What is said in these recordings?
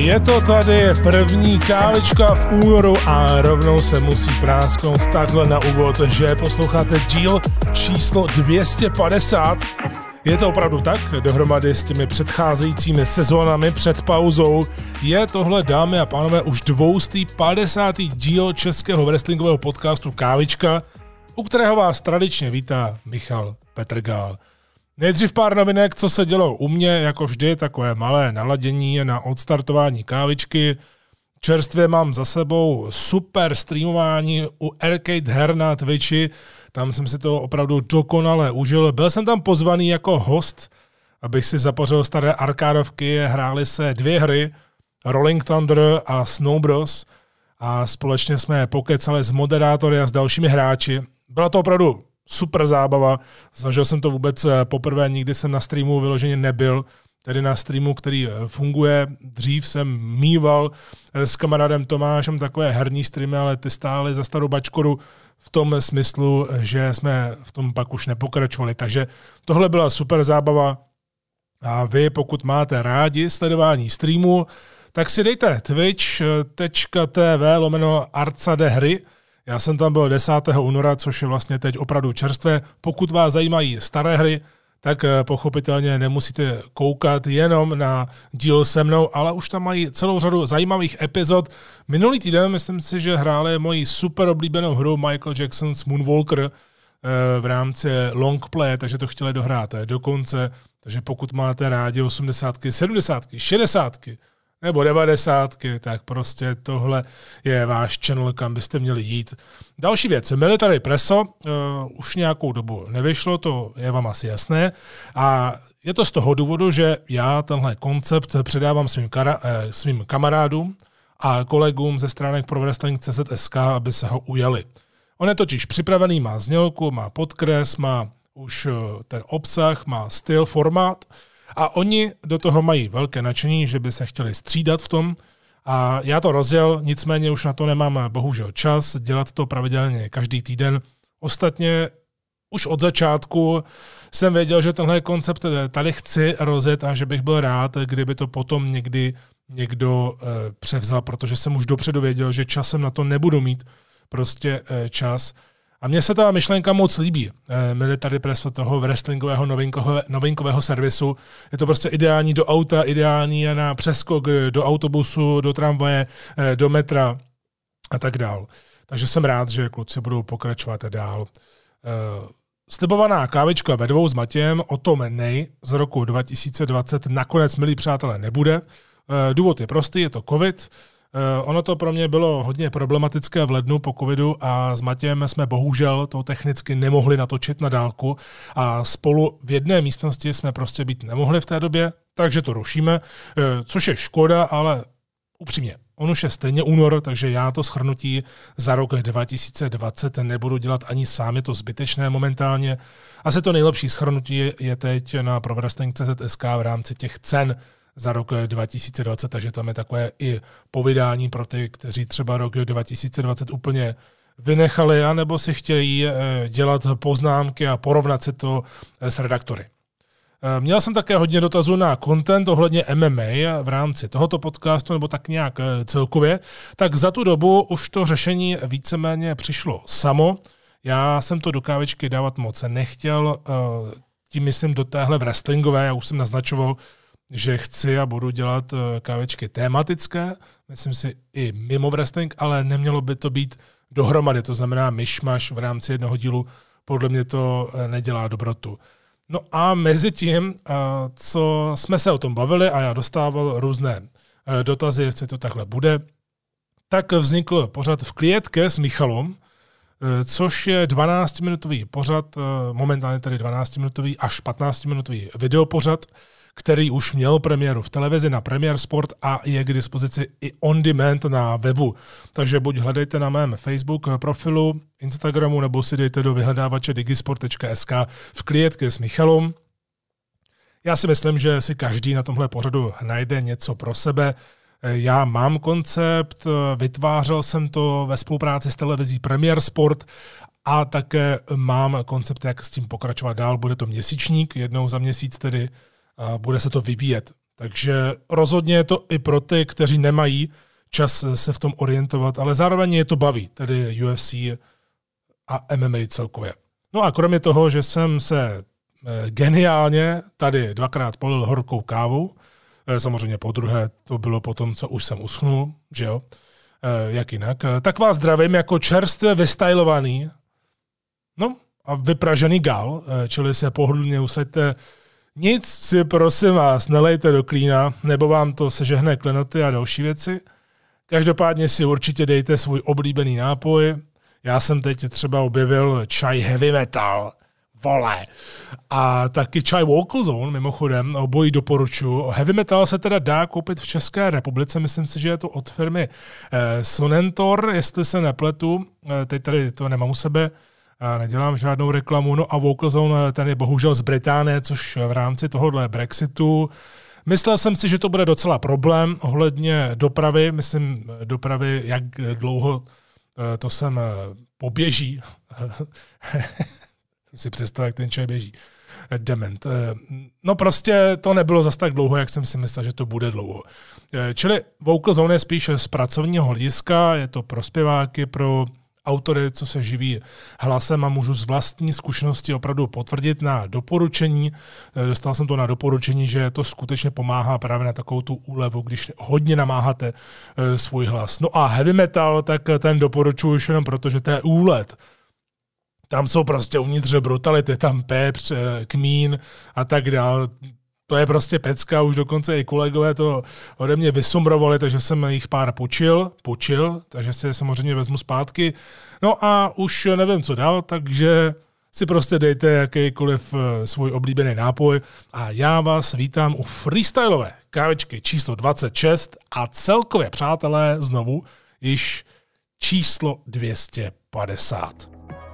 Je to tady první kávička v únoru a rovnou se musí prásknout takhle na úvod, že posloucháte díl číslo 250. Je to opravdu tak? Dohromady s těmi předcházejícími sezónami před pauzou je tohle, dámy a pánové, už 250. díl českého wrestlingového podcastu Kávička, u kterého vás tradičně vítá Michal Petrgál. Nejdřív pár novinek, co se dělo u mě, jako vždy, takové malé naladění na odstartování kávičky. Čerstvě mám za sebou super streamování u arcade her na Twitchi, tam jsem si to opravdu dokonale užil. Byl jsem tam pozvaný jako host, abych si zapořil staré arkádovky, hrály se dvě hry, Rolling Thunder a Snow Bros. A společně jsme pokecali s moderátory a s dalšími hráči. Byla to opravdu super zábava, zažil jsem to vůbec poprvé, nikdy jsem na streamu vyloženě nebyl, tedy na streamu, který funguje. Dřív jsem mýval s kamarádem Tomášem takové herní streamy, ale ty stály za starou bačkoru v tom smyslu, že jsme v tom pak už nepokračovali. Takže tohle byla super zábava a vy, pokud máte rádi sledování streamu, tak si dejte twitch.tv/arcadehry. Já jsem tam byl 10. února, což je vlastně teď opravdu čerstvé. Pokud vás zajímají staré hry, tak pochopitelně nemusíte koukat jenom na díl se mnou, ale už tam mají celou řadu zajímavých epizod. Minulý týden, myslím si, že hráli moji super oblíbenou hru Michael Jackson's Moonwalker v rámci longplay, takže to chtěli dohrát do konce. Takže pokud máte rádi 80, 70, 60 nebo 90, tak prostě tohle je váš channel, kam byste měli jít. Další věc, Military Presso, už nějakou dobu nevyšlo, to je vám asi jasné. A je to z toho důvodu, že já tenhle koncept předávám svým kamarádům a kolegům ze stránek pro wrestling.cz.sk, aby se ho ujali. On je totiž připravený, má znělku, má podkres, má už ten obsah, má styl, formát, a oni do toho mají velké nadšení, že by se chtěli střídat v tom. A já to rozjel, nicméně už na to nemám bohužel čas, dělat to pravidelně každý týden. Ostatně už od začátku jsem věděl, že tenhle koncept tady chci rozjet a že bych byl rád, kdyby to potom někdy někdo převzal, protože jsem už dopředu věděl, že časem na to nebudu mít prostě čas. A mně se ta myšlenka moc líbí. Military Presso toho wrestlingového novinkového servisu. Je to prostě ideální do auta, ideální na přeskok do autobusu, do tramvaje, do metra a tak dál. Takže jsem rád, že kluci budou pokračovat dál. Slibovaná kávička ve dvou s Matějem o tom z roku 2020 nakonec, milí přátelé, nebude. Důvod je prostý, je to covid. Ono to pro mě bylo hodně problematické v lednu po covidu a s Matějem jsme bohužel to technicky nemohli natočit na dálku a spolu v jedné místnosti jsme prostě být nemohli v té době, takže to rušíme, což je škoda, ale upřímně, on už je stejně únor, takže já to shrnutí za rok 2020 nebudu dělat ani sám, je to zbytečné momentálně. Asi to nejlepší shrnutí je teď na prowrestling.cz.sk v rámci těch cen za rok 2020, takže tam je takové i povídání pro ty, kteří třeba rok 2020 úplně vynechali, anebo si chtějí dělat poznámky a porovnat si to s redaktory. Měl jsem také hodně dotazů na content ohledně MMA v rámci tohoto podcastu, nebo tak nějak celkově, tak za tu dobu už to řešení víceméně přišlo samo. Já jsem to do kávičky dávat moc nechtěl, tím myslím do téhle wrestlingové, já už jsem naznačoval, že chci a budu dělat kávičky tématické, myslím si i mimo wrestling, ale nemělo by to být dohromady, to znamená myšmaš v rámci jednoho dílu, podle mě to nedělá dobrotu. No a mezi tím, co jsme se o tom bavili a já dostával různé dotazy, jestli to takhle bude, tak vznikl pořad V klietke s Michalom, což je 12-minutový pořad, momentálně tedy 12-minutový až 15-minutový videopořad, který už měl premiéru v televizi na Premier Sport a je k dispozici i on demand na webu. Takže buď hledejte na mém Facebook profilu, Instagramu, nebo si dejte do vyhledávače digisport.sk V klietke s Michalom. Já si myslím, že si každý na tomhle pořadu najde něco pro sebe. Já mám koncept, vytvářel jsem to ve spolupráci s televizí Premier Sport a také mám koncept, jak s tím pokračovat dál. Bude to měsíčník, jednou za měsíc tedy, a bude se to vyvíjet. Takže rozhodně je to i pro ty, kteří nemají čas se v tom orientovat, ale zároveň je to baví, tedy UFC a MMA celkově. No a kromě toho, že jsem se geniálně tady 2krát polil horkou kávou, samozřejmě podruhé to bylo po tom, co už jsem usnul, že jo, jak jinak, tak vás zdravím jako čerstvě vystylovaný, no a vypražený gal, čili se pohodlně usaďte. Nic si prosím vás nelejte do klína, nebo vám to sežehne klenoty a další věci. Každopádně si určitě dejte svůj oblíbený nápoj. Já jsem teď třeba objevil čaj Heavy Metal, vole. A taky čaj Vocal Zone, mimochodem, obojí doporučuji. Heavy Metal se teda dá koupit v České republice, myslím si, že je to od firmy Sonentor, jestli se nepletu. Teď tady to nemám u sebe, nedělám žádnou reklamu. No a Vocal Zone, ten je bohužel z Británie, což v rámci tohohle Brexitu. Myslel jsem si, že to bude docela problém ohledně dopravy. Myslím dopravy, jak dlouho to sem poběží. si představ, jak ten čaj běží. Dement. No prostě to nebylo zas tak dlouho, jak jsem si myslel, že to bude dlouho. Čili Vocal Zone je spíš z pracovního hlediska, je to pro zpěváky, pro autory, co se živí hlasem a můžu z vlastní zkušenosti opravdu potvrdit na doporučení. Dostal jsem to na doporučení, že to skutečně pomáhá právě na takovou tu úlevu, když hodně namáháte svůj hlas. No a heavy metal, tak ten doporučuji už jenom proto, že to je úlet. Tam jsou prostě uvnitř brutality, tam pepř, kmín a tak dále. To je prostě pecka, už dokonce i kolegové to ode mě vysumrovali, takže jsem jich pár počil, takže si je samozřejmě vezmu zpátky. No a už nevím, co dál, takže si prostě dejte jakýkoliv svůj oblíbený nápoj a já vás vítám u freestylové kávečky číslo 26 a celkově, přátelé, znovu již číslo 250.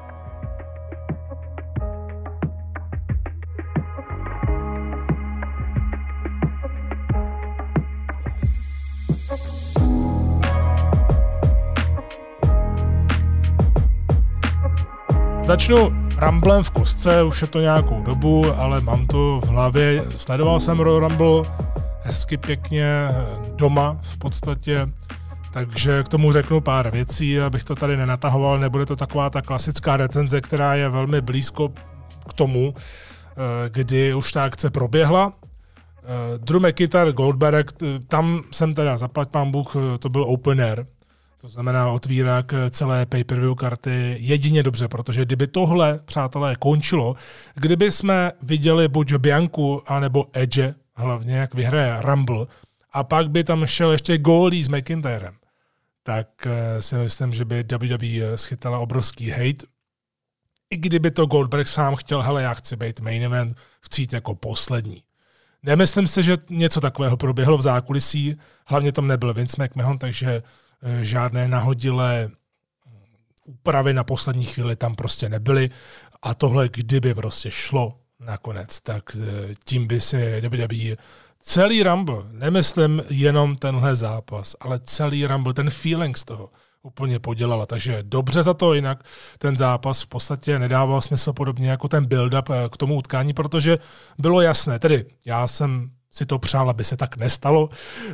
Začnu Rumblem v kostce, už je to nějakou dobu, ale mám to v hlavě. Sledoval jsem Royal Rumble hezky pěkně doma v podstatě, takže k tomu řeknu pár věcí, abych to tady nenatahoval. Nebude to taková ta klasická recenze, která je velmi blízko k tomu, kdy už ta akce proběhla. Drew McIntyre, Goldberg, tam jsem teda, zaplať pán Bůh, to byl opener. To znamená otvírák celé pay-per-view karty jedině dobře, protože kdyby tohle, přátelé, končilo, kdyby jsme viděli buď Bianku, anebo Edge, hlavně jak vyhraje Rumble, a pak by tam šel ještě Goldie s McIntyrem, tak si myslím, že by WWE schytala obrovský hate. I kdyby to Goldberg sám chtěl, hele, já chci být main event, chci jít jako poslední. Nemyslím si, že něco takového proběhlo v zákulisí, hlavně tam nebyl Vince McMahon, takže žádné nahodilé úpravy na poslední chvíli tam prostě nebyly a tohle kdyby prostě šlo nakonec, tak tím by si WWE celý Rumble, nemyslím jenom tenhle zápas, ale celý Rumble, ten feeling z toho úplně podělala, takže dobře za to, jinak ten zápas v podstatě nedával smysl podobně jako ten build-up k tomu utkání, protože bylo jasné, tedy já jsem si to přál, aby se tak nestalo,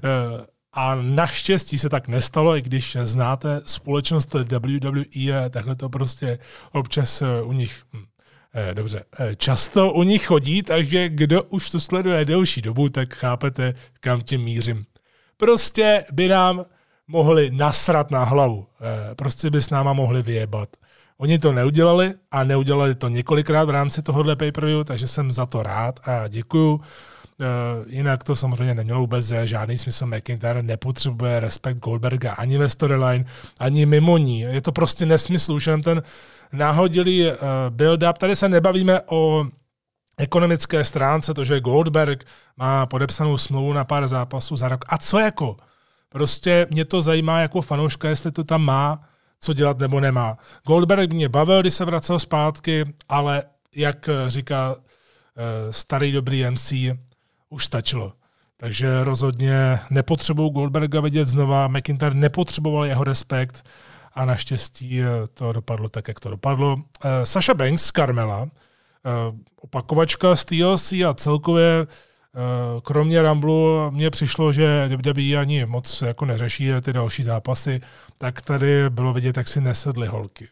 a naštěstí se tak nestalo, i když znáte společnost WWE, takhle to prostě občas u nich, dobře, často u nich chodí, takže kdo už to sleduje delší dobu, tak chápete, kam tím mířím. Prostě by nám mohli nasrat na hlavu, prostě by s náma mohli vyjebat. Oni to neudělali a neudělali to několikrát v rámci tohohle pay-per-view, takže jsem za to rád a děkuju. Jinak to samozřejmě nemělo vůbec žádný smysl. McIntyre nepotřebuje respekt Goldberga ani ve storyline, ani mimo ní. Je to prostě nesmysl, už jen ten náhodilý build-up. Tady se nebavíme o ekonomické stránce, to, že Goldberg má podepsanou smlouvu na pár zápasů za rok. A co jako? Prostě mě to zajímá jako fanouška, jestli to tam má co dělat nebo nemá. Goldberg mě bavil, když se vracel zpátky, ale jak říká starý dobrý MC, už stačilo. Takže rozhodně nepotřebuji Goldberga vidět znova, McIntyre nepotřeboval jeho respekt a naštěstí to dopadlo tak, jak to dopadlo. Sasha Banks, Carmella, opakovačka z TLC a celkově kromě Rumblu mně přišlo, že WWE ani moc jako neřeší ty další zápasy, tak tady bylo vidět, jak si nesedly holky.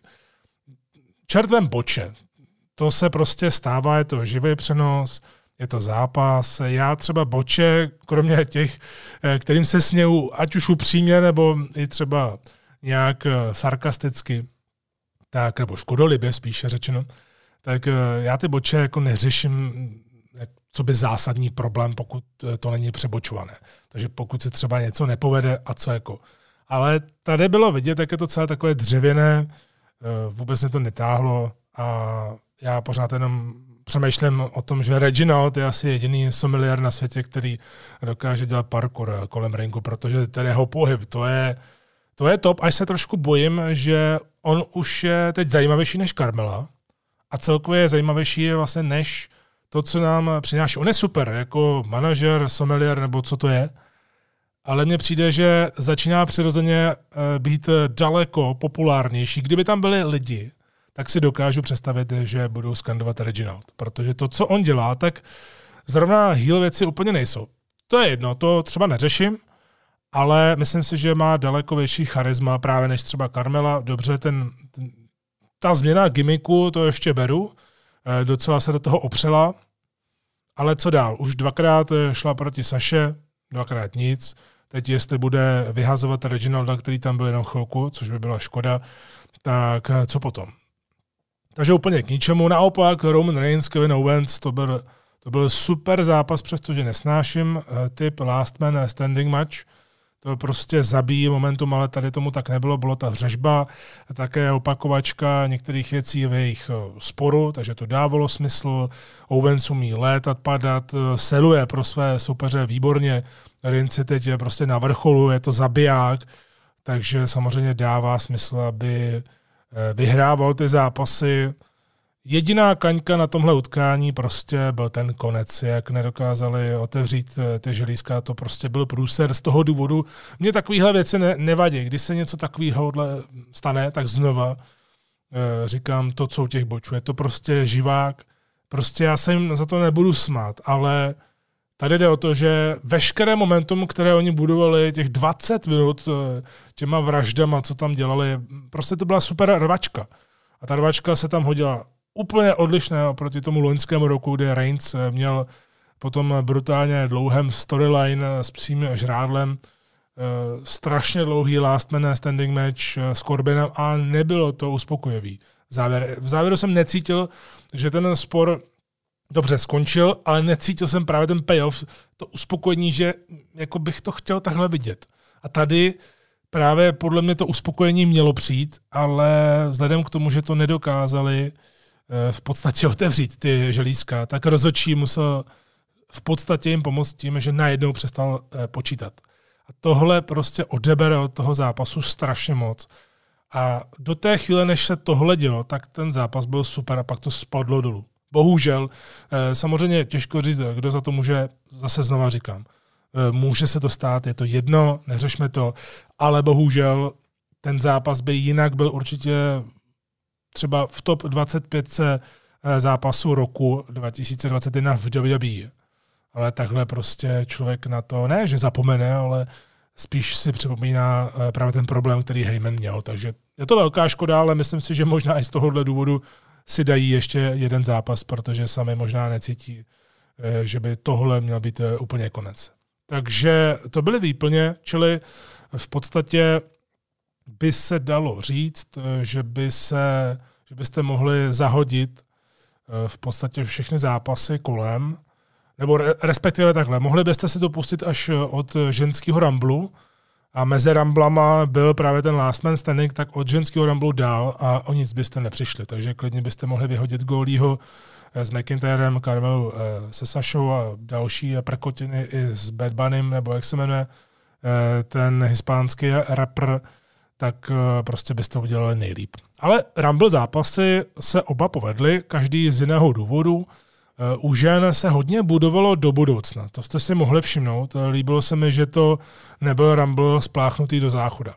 Čert boče. To se prostě stává, je to živý přenos, je to zápas. Já třeba boče, kromě těch, kterým se směju, ať už upřímně, nebo i třeba nějak sarkasticky, tak, nebo škodolibě spíše řečeno, tak já ty boče jako neřeším, co by zásadní problém, pokud to není přebočované. Takže pokud se třeba něco nepovede a co jako. Ale tady bylo vidět, jak je to celé takové dřevěné, vůbec mě to netáhlo a já pořád jenom přemýšlím o tom, že Reginald je asi jediný sommelier na světě, který dokáže dělat parkour kolem ringu, protože ten jeho pohyb, to je top, až se trošku bojím, že on už je teď zajímavější než Carmella a celkově je zajímavější vlastně než to, co nám přináší. On je super, jako manažer, sommelier nebo co to je, ale mně přijde, že začíná přirozeně být daleko populárnější. Kdyby tam byli lidi, tak si dokážu představit, že budou skandovat Reginald, protože to, co on dělá, tak zrovna heel věci úplně nejsou. To je jedno, to třeba neřeším, ale myslím si, že má daleko větší charisma právě než třeba Carmella. Dobře, ta změna gimmicku, to ještě beru, docela se do toho opřela, ale co dál? Už dvakrát šla proti Saše, dvakrát nic. Teď jestli bude vyhazovat Reginalda, který tam byl jenom chvilku, což by byla škoda, tak co potom? Takže úplně k ničemu. Naopak Roman Reigns, Kevin Owens, to byl super zápas, přestože nesnáším typ last man standing match. To prostě zabíjí momentum, ale tady tomu tak nebylo. Bylo ta hřežba, také opakovačka některých věcí v jejich sporu, takže to dávalo smysl. Owens umí létat, padat, seluje pro své soupeře výborně. Reigns je teď prostě na vrcholu, je to zabiják, takže samozřejmě dává smysl, aby vyhrával ty zápasy. Jediná kaňka na tomhle utkání prostě byl ten konec, jak nedokázali otevřít ty želízka, to prostě byl průser. Z toho důvodu mě takovýhle věci nevadí. Když se něco takového stane, tak znova říkám to, co u těch bočů. Je to prostě živák. Prostě já se jim za to nebudu smát, ale tady jde o to, že veškeré momentum, které oni budovali, těch 20 minut těma vraždama, co tam dělali, prostě to byla super rvačka. A ta rvačka se tam hodila úplně odlišné oproti tomu loňskému roku, kdy Reigns měl potom brutálně dlouhém storyline s psím žrádlem, strašně dlouhý last man standing match s Corbinem a nebylo to uspokojivý. V závěru jsem necítil, že ten spor dobře skončil, ale necítil jsem právě ten payoff, to uspokojení, že jako bych to chtěl takhle vidět. A tady právě podle mě to uspokojení mělo přijít, ale vzhledem k tomu, že to nedokázali v podstatě otevřít ty želízka, tak rozhodčí musel v podstatě jim pomoct tím, že najednou přestal počítat. A tohle prostě odebere od toho zápasu strašně moc. A do té chvíle, než se tohle dělo, tak ten zápas byl super a pak to spadlo dolů. Bohužel, samozřejmě těžko říct, kdo za to může, zase znova říkám. Může se to stát, je to jedno, neřešme to, ale bohužel ten zápas by jinak byl určitě třeba v top 25 zápasu roku 2021 v WWE. Ale takhle prostě člověk na to, ne, že zapomene, ale spíš si připomíná právě ten problém, který Heyman měl. Takže je to velká škoda, ale myslím si, že možná i z tohohle důvodu si dají ještě jeden zápas, protože sami možná necítí, že by tohle měl být úplně konec. Takže to byly výplně, čili v podstatě by se dalo říct, že byste mohli zahodit v podstatě všechny zápasy kolem, nebo respektive takhle, mohli byste si to pustit až od ženského Rumblu a mezi Rumblama byl právě ten last man standing, tak od ženského Rumblu dál a o nic byste nepřišli. Takže klidně byste mohli vyhodit Golího s McIntyrem, Carmelu se Sašou a další prkotiny i s Bad Bunnym, nebo jak se jmenuje ten hispánský rapper, tak prostě byste udělali nejlíp. Ale Rumble zápasy se oba povedly, každý z jiného důvodu. U žen se hodně budovalo do budoucna. To jste si mohli všimnout. Líbilo se mi, že to nebyl Rumble spláchnutý do záchoda.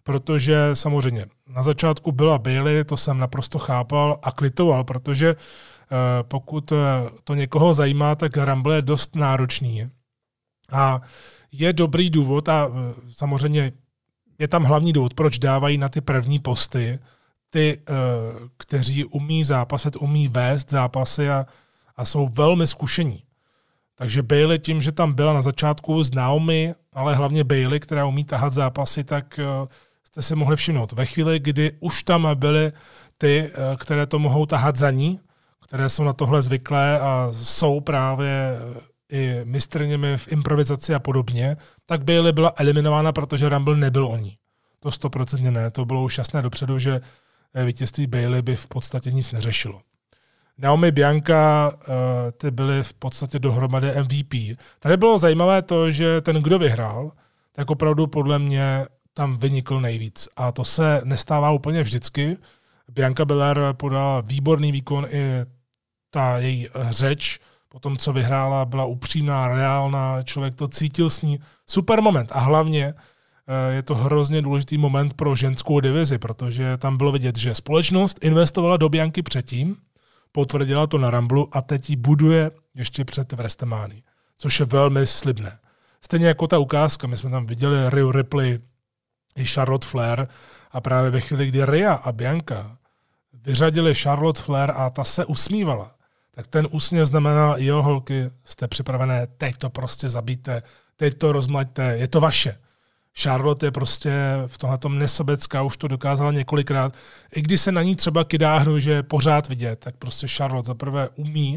protože samozřejmě na začátku byla Bayley, to jsem naprosto chápal a kvitoval, protože pokud to někoho zajímá, tak Rumble je dost náročný. A je dobrý důvod a samozřejmě je tam hlavní důvod, proč dávají na ty první posty ty, kteří umí zápasit, umí vést zápasy a jsou velmi zkušení. Takže Bayley tím, že tam byla na začátku s Naomi, ale hlavně Bayley, která umí tahat zápasy, tak jste si mohli všimnout. Ve chvíli, kdy už tam byly ty, které to mohou tahat za ní, které jsou na tohle zvyklé a jsou právě i mistrněmi v improvizaci a podobně, tak Bayley byla eliminována, protože Rumble nebyl o ní. To 100% ne, to bylo už jasné dopředu, že vítězství Bayley by v podstatě nic neřešilo. Naomi, Bianca, ty byly v podstatě dohromady MVP. Tady bylo zajímavé to, že ten, kdo vyhrál, tak opravdu podle mě tam vynikl nejvíc. A to se nestává úplně vždycky. Bianca Belair podala výborný výkon, i ta její řeč po tom, co vyhrála, byla upřímná, reálná, člověk to cítil s ní. Super moment a hlavně je to hrozně důležitý moment pro ženskou divizi, protože tam bylo vidět, že společnost investovala do Bianky předtím, potvrdila to na Rumblu a teď ji buduje ještě před WrestleMania, což je velmi slibné. Stejně jako ta ukázka, my jsme tam viděli Rhea Ripley i Charlotte Flair a právě ve chvíli, kdy Rhea a Bianca vyřadili Charlotte Flair a ta se usmívala, tak ten úsměv znamená, jo holky, jste připravené, teď to prostě zabijte, teď to rozmlaďte, je to vaše. Charlotte je prostě v tomhletom nesobecká, už to dokázala několikrát. I když se na ní třeba kydáhnu, že je pořád vidět, tak prostě Charlotte zaprvé umí.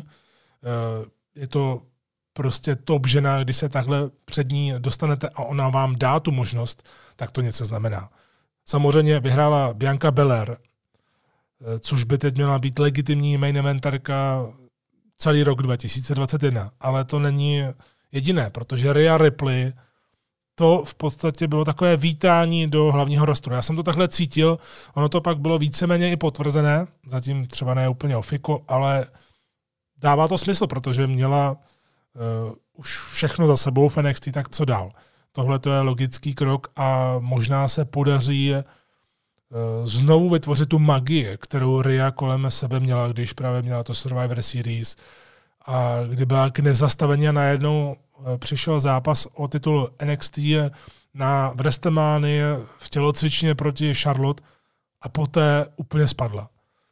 Je to prostě top žena, když se takhle před ní dostanete a ona vám dá tu možnost, tak to něco znamená. Samozřejmě vyhrála Bianca Belair, což by teď měla být legitimní main eventerka celý rok 2021. Ale to není jediné, protože Rhea Ripley to v podstatě bylo takové vítání do hlavního rostru. Já jsem to takhle cítil, ono to pak bylo víceméně i potvrzené, zatím třeba ne úplně ofiko, ale dává to smysl, protože měla už všechno za sebou v NXT, tak co dál. Tohle to je logický krok a možná se podaří znovu vytvořit tu magii, kterou Rhea kolem sebe měla, když právě měla to Survivor Series a kdy byla k nezastavení a najednou přišel zápas o titul NXT na WrestleMania v tělocvičně proti Charlotte a poté úplně spadla.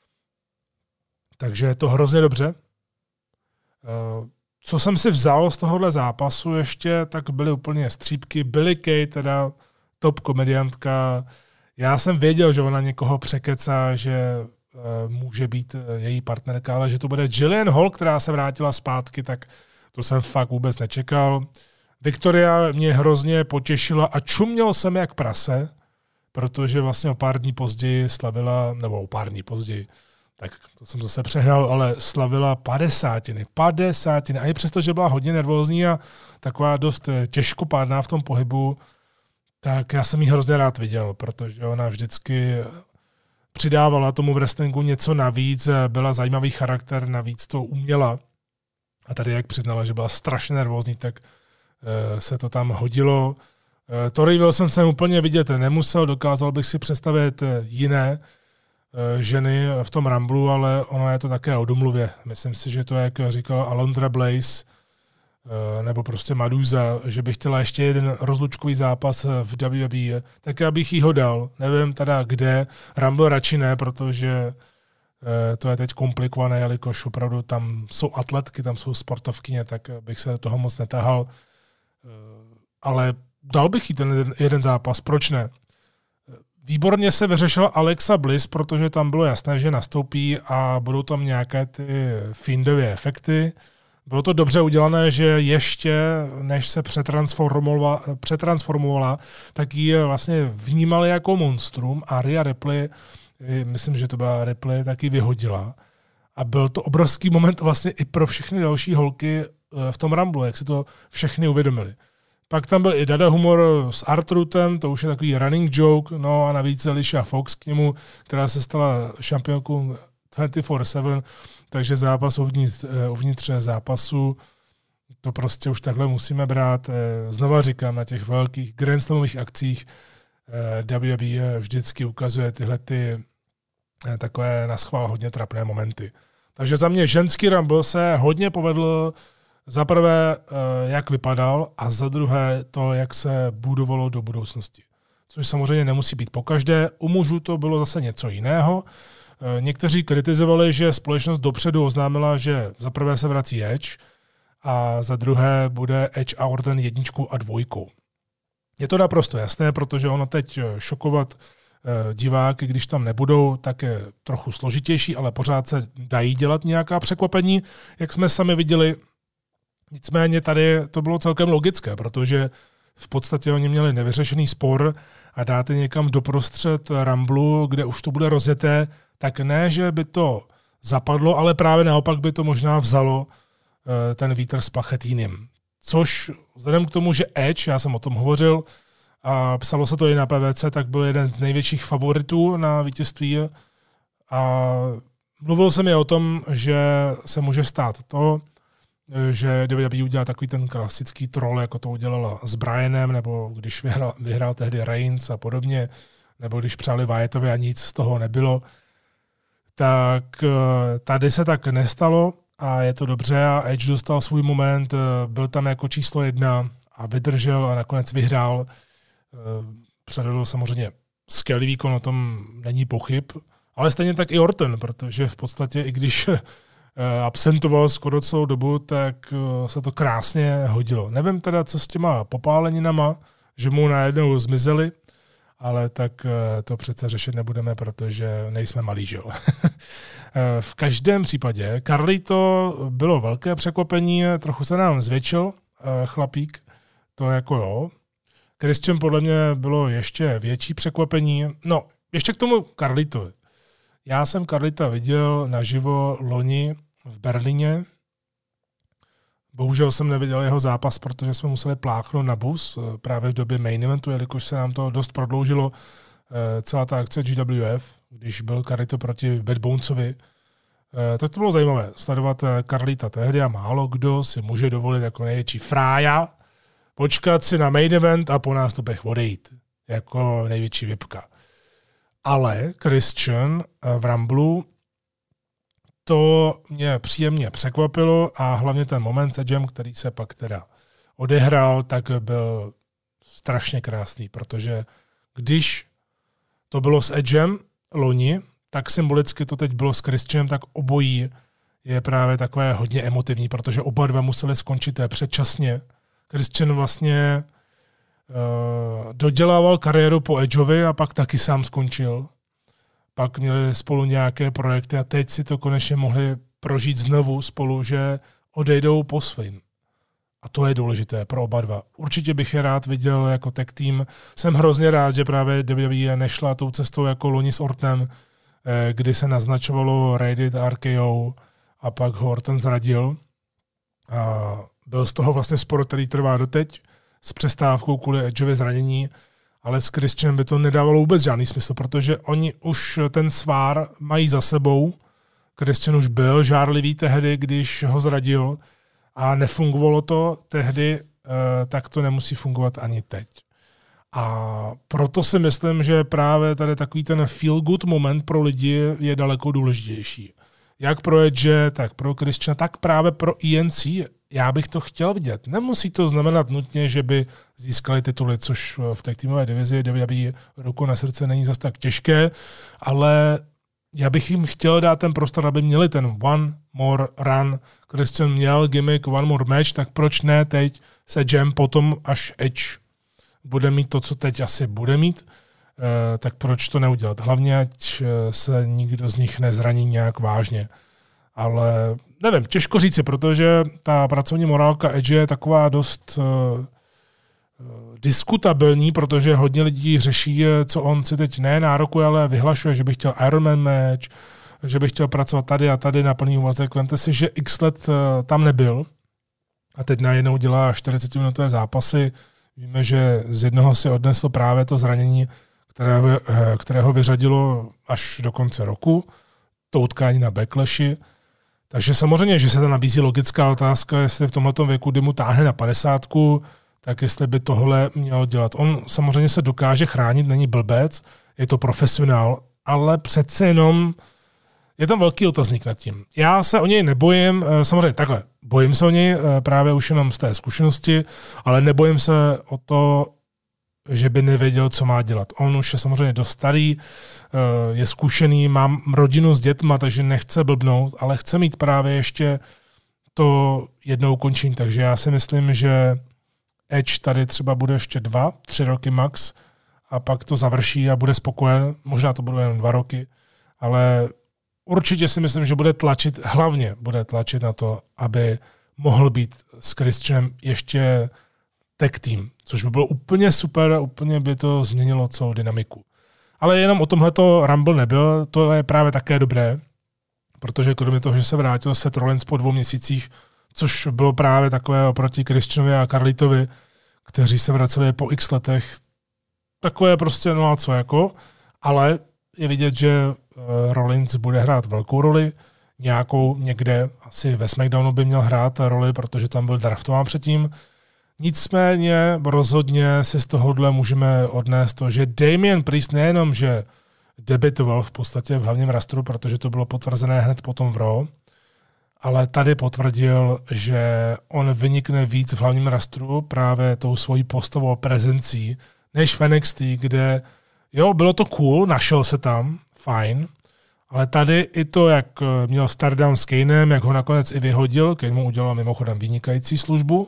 Takže je to hrozně dobře. Co jsem si vzal z tohohle zápasu ještě, tak byly úplně střípky. Billie Kay, teda top komediantka. Já jsem věděl, že ona někoho překecá, že může být její partnerka, ale že to bude Jillian Hall, která se vrátila zpátky, tak to jsem fakt vůbec nečekal. Victoria mě hrozně potěšila a čuměl jsem jak prase, protože vlastně o pár dní později slavila, nebo o pár dní později, tak to jsem zase přehnal, ale slavila 50. A i přesto, že byla hodně nervózní a taková dost těžkopádná v tom pohybu, tak já jsem ji hrozně rád viděl, protože ona vždycky přidávala tomu wrestlingu něco navíc, byla zajímavý charakter, navíc to uměla. A tady, jak přiznala, že byla strašně nervózní, tak se to tam hodilo. Tori Wilson jsem úplně vidět nemusel, dokázal bych si představit jiné ženy v tom Rumblu, ale ono je to také o domluvě. Myslím si, že to, jak říkala Alundra Blaze, nebo prostě Madusa, že bych chtěla ještě jeden rozlučkový zápas v WWE, tak já bych jí ho dal. Nevím teda kde, Rumble radši ne, protože to je teď komplikované, jelikož opravdu tam jsou atletky, tam jsou sportovkyně, tak bych se do toho moc netahal. Ale dal bych jí ten jeden zápas, proč ne? Výborně se vyřešila Alexa Bliss, protože tam bylo jasné, že nastoupí a budou tam nějaké ty Fiendově efekty. Bylo to dobře udělané, že ještě než se přetransformovala, tak ji vlastně vnímali jako monstrum a Rhea Ripley, myslím, že to byla Ripley, tak ji vyhodila. A byl to obrovský moment vlastně i pro všechny další holky v tom Rumblu, jak si to všechny uvědomili. Pak tam byl i Dada Humor s R-Trutem, to už je takový running joke, no a navíc Alicia Fox k němu, která se stala šampionkou 24/7, takže zápas uvnitř zápasu, to prostě už takhle musíme brát. Znova říkám, na těch velkých Grand Slamových akcích WWE vždycky ukazuje tyhle takové naschvál hodně trapné momenty. Takže za mě ženský Rumble se hodně povedl za prvé, jak vypadal, a za druhé to, jak se budovalo do budoucnosti. Což samozřejmě nemusí být pokaždé. U mužů to bylo zase něco jiného. Někteří kritizovali, že společnost dopředu oznámila, že za prvé se vrací Edge a za druhé bude Edge a Orton 1 a 2. Je to naprosto jasné, protože ono teď šokovat diváky, když tam nebudou, tak je trochu složitější, ale pořád se dají dělat nějaká překvapení, jak jsme sami viděli. Nicméně tady to bylo celkem logické, protože v podstatě oni měli nevyřešený spor a dáte někam doprostřed Rumblu, kde už to bude rozjeté, tak ne, že by to zapadlo, ale právě naopak by to možná vzalo ten vítr z plachet jiným. Což vzhledem k tomu, že Edge, já jsem o tom hovořil, a psalo se to i na PVC, tak byl jeden z největších favoritů na vítězství. A mluvil jsem i o tom, že se může stát to, že WWE udělá takový ten klasický troll, jako to udělala s Bryanem, nebo když vyhrál tehdy Reigns a podobně, nebo když přáli Wyattovi a nic z toho nebylo. Tak tady se tak nestalo a je to dobře a Edge dostal svůj moment, byl tam jako číslo 1 a vydržel a nakonec vyhrál. Předvedl samozřejmě skvělý výkon, o tom není pochyb, ale stejně tak i Orton, protože v podstatě, i když absentoval skoro celou dobu, tak se to krásně hodilo. Nevím teda, co s těma popáleninama, že mu najednou zmizely, ale tak to přece řešit nebudeme, protože nejsme malí, že jo. V každém případě Carlito bylo velké překvapení, trochu se nám zvětšil chlapík, to jako jo. Christian podle mě bylo ještě větší překvapení. No, ještě k tomu Carlitovi. Já jsem Carlita viděl naživo loni v Berlíně. Bohužel jsem neviděl jeho zápas, protože jsme museli pláchnout na bus právě v době main eventu, jelikož se nám to dost prodloužilo celá ta akce GWF, když byl Carlito proti Bad Bonesovi. Tak to bylo zajímavé sledovat Carlita tehdy a málo kdo si může dovolit jako největší frája počkat si na main event a po nástupech odejít jako největší vipka. Ale Christian v Rumblu to mě příjemně překvapilo a hlavně ten moment s Edgem, který se pak teda odehrál, tak byl strašně krásný, protože když to bylo s Edgem loni, tak symbolicky to teď bylo s Christianem, tak obojí je právě takové hodně emotivní, protože oba dva museli skončit předčasně. Christian vlastně dodělával kariéru po Edgeovi a pak taky sám skončil. Pak měli spolu nějaké projekty a teď si to konečně mohli prožít znovu spolu, že odejdou po svým. A to je důležité pro oba dva. Určitě bych je rád viděl jako tag team. Jsem hrozně rád, že právě WWE nešla tou cestou jako loni s Ortonem, kdy se naznačovalo Rated RKO a pak ho Orton zradil. A byl z toho vlastně spor, který trvá doteď, s přestávkou kvůli Edgeově zranění, ale s Christianem by to nedávalo vůbec žádný smysl, protože oni už ten svár mají za sebou. Christian už byl žárlivý tehdy, když ho zradil a nefungovalo to tehdy, tak to nemusí fungovat ani teď. A proto si myslím, že právě tady takový ten feel-good moment pro lidi je daleko důležitější. Jak pro Edge, tak pro Christiana, tak právě pro ENC. Já bych to chtěl vidět. Nemusí to znamenat nutně, že by získali tituly, což v té týmové divizi WWE ruku na srdce není zas tak těžké, ale já bych jim chtěl dát ten prostor, aby měli ten one more run. Christian měl gimmick one more match, tak proč ne teď se Edgem potom, až Edge bude mít to, co teď asi bude mít, tak proč to neudělat? Hlavně, ať se nikdo z nich nezraní nějak vážně. Ale nevím, těžko říci, protože ta pracovní morálka Edge je taková dost diskutabilní, protože hodně lidí řeší, co on si teď nárokuje, ale vyhlašuje, že by chtěl Ironman match, že by chtěl pracovat tady a tady na plný úvazek. Vemte si, že x let tam nebyl a teď najednou dělá 40-minutové zápasy. Víme, že z jednoho si odnesl právě to zranění, kterého vyřadilo až do konce roku, to utkání na Backlashi. Takže samozřejmě, že se tam nabízí logická otázka, jestli v tomhletom věku, kdy mu táhne na 50, tak jestli by tohle měl dělat. On samozřejmě se dokáže chránit, není blbec, je to profesionál, ale přece jenom je tam velký otazník nad tím. Já se o něj nebojím, samozřejmě takhle, bojím se o něj právě už jenom z té zkušenosti, ale nebojím se o to, že by nevěděl, co má dělat. On už je samozřejmě dost starý, je zkušený, mám rodinu s dětma, takže nechce blbnout, ale chce mít právě ještě to jednou ukončení. Takže já si myslím, že Edge tady třeba bude ještě 2-3 roky max a pak to završí a bude spokojen. Možná to budou jen 2 roky, ale určitě si myslím, že hlavně bude tlačit na to, aby mohl být s Christianem ještě tag team, což by bylo úplně super, úplně by to změnilo celou dynamiku. Ale jenom o tomhleto Rumble nebyl, to je právě také dobré, protože kromě toho, že se vrátil Seth Rollins po 2 měsících, což bylo právě takové oproti Christianovi a Carlitovi, kteří se vraceli po x letech, takové prostě no a co jako, ale je vidět, že Rollins bude hrát velkou roli, nějakou někde, asi ve SmackDownu by měl hrát roli, protože tam byl draftován předtím. Nicméně rozhodně si z tohohle můžeme odnést to, že Damian Priest nejenom, že debitoval v podstatě v hlavním rastru, protože to bylo potvrzené hned potom v Raw, ale tady potvrdil, že on vynikne víc v hlavním rastru právě tou svojí postavou a prezencí, než v NXT, kde jo, bylo to cool, našel se tam, fajn, ale tady i to, jak měl Stardown s Kanem, jak ho nakonec i vyhodil, Kane mu udělal mimochodem vynikající službu,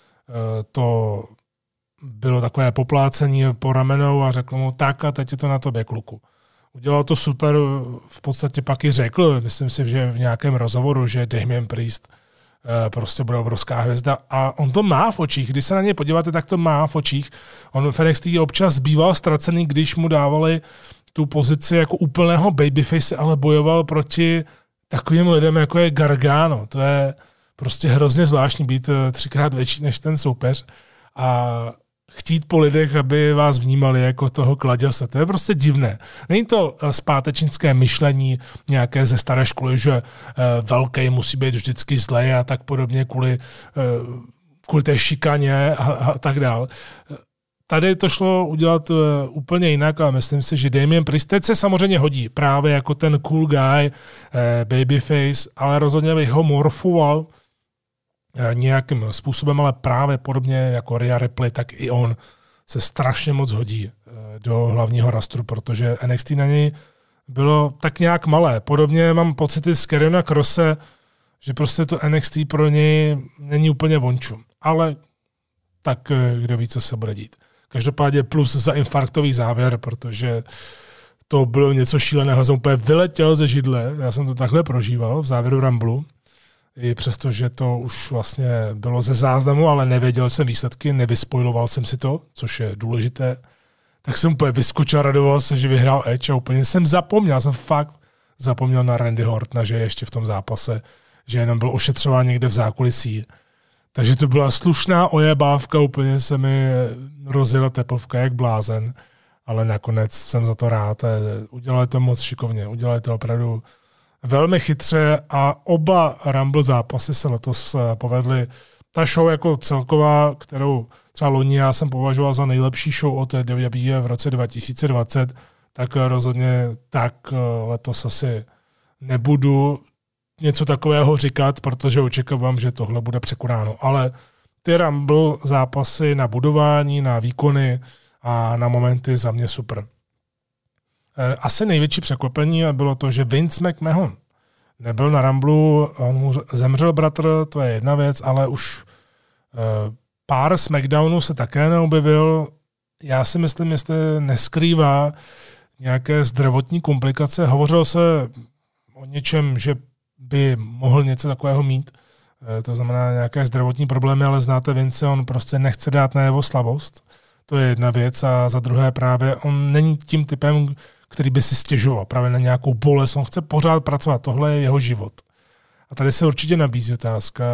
to bylo takové poplácení po ramenou a řekl mu tak a teď je to na tobě, kluku. Udělal to super, v podstatě pak i řekl, myslím si, že v nějakém rozhovoru, že Damian Priest prostě bude obrovská hvězda a on to má v očích. Když se na něj podíváte, tak to má v očích. On v NXT občas býval ztracený, když mu dávali tu pozici jako úplného babyface, ale bojoval proti takovým lidem, jako je Gargano. To je prostě hrozně zvláštní být 3krát větší než ten soupeř a chtít po lidech, aby vás vnímali jako toho kladěse. To je prostě divné. Není to zpátečnické myšlení nějaké ze staré školy, že velký musí být vždycky zlej a tak podobně kvůli té šikaně a tak dál. Tady to šlo udělat úplně jinak a myslím si, že Damian Priest teď se samozřejmě hodí právě jako ten cool guy, babyface, ale rozhodně bych ho morfoval nějakým způsobem, ale právě podobně jako Rhea Ripley, tak i on se strašně moc hodí do hlavního rastru, protože NXT na něj bylo tak nějak malé. Podobně mám pocity z Karriona Krosse, že prostě to NXT pro něj není úplně vonču. Ale tak kdo ví, co se bude dít. Každopádně plus za infarktový závěr, protože to bylo něco šíleného. Jsem úplně vyletěl ze židle, já jsem to takhle prožíval v závěru Rumble, i přesto, že to už vlastně bylo ze záznamu, ale nevěděl jsem výsledky, nevyspojiloval jsem si to, což je důležité, tak jsem úplně vyskočil, radoval se, že vyhrál Edge a úplně jsem fakt zapomněl na Randy Ortona, že je ještě v tom zápase, že jenom byl ošetřován někde v zákulisí. Takže to byla slušná ojebávka, úplně se mi rozjela tepovka jak blázen, ale nakonec jsem za to rád. Udělali to moc šikovně, udělali to opravdu velmi chytře a oba Rumble zápasy se letos povedly. Ta show jako celková, kterou třeba loni já jsem považoval za nejlepší show od WWE v roce 2020, tak rozhodně tak letos asi nebudu něco takového říkat, protože očekávám, že tohle bude překonáno. Ale ty Rumble zápasy na budování, na výkony a na momenty za mě super. Asi největší překvapení bylo to, že Vince McMahon nebyl na Rumble, on mu zemřel bratr, to je jedna věc, ale už pár SmackDownů se také neobjevil. Já si myslím, jestli neskrývá nějaké zdravotní komplikace. Hovořilo se o něčem, že by mohl něco takového mít, to znamená nějaké zdravotní problémy, ale znáte Vince, on prostě nechce dát najevo slabost. To je jedna věc a za druhé právě on není tím typem, který by si stěžoval právě na nějakou bolest, on chce pořád pracovat, tohle je jeho život. A tady se určitě nabízí otázka,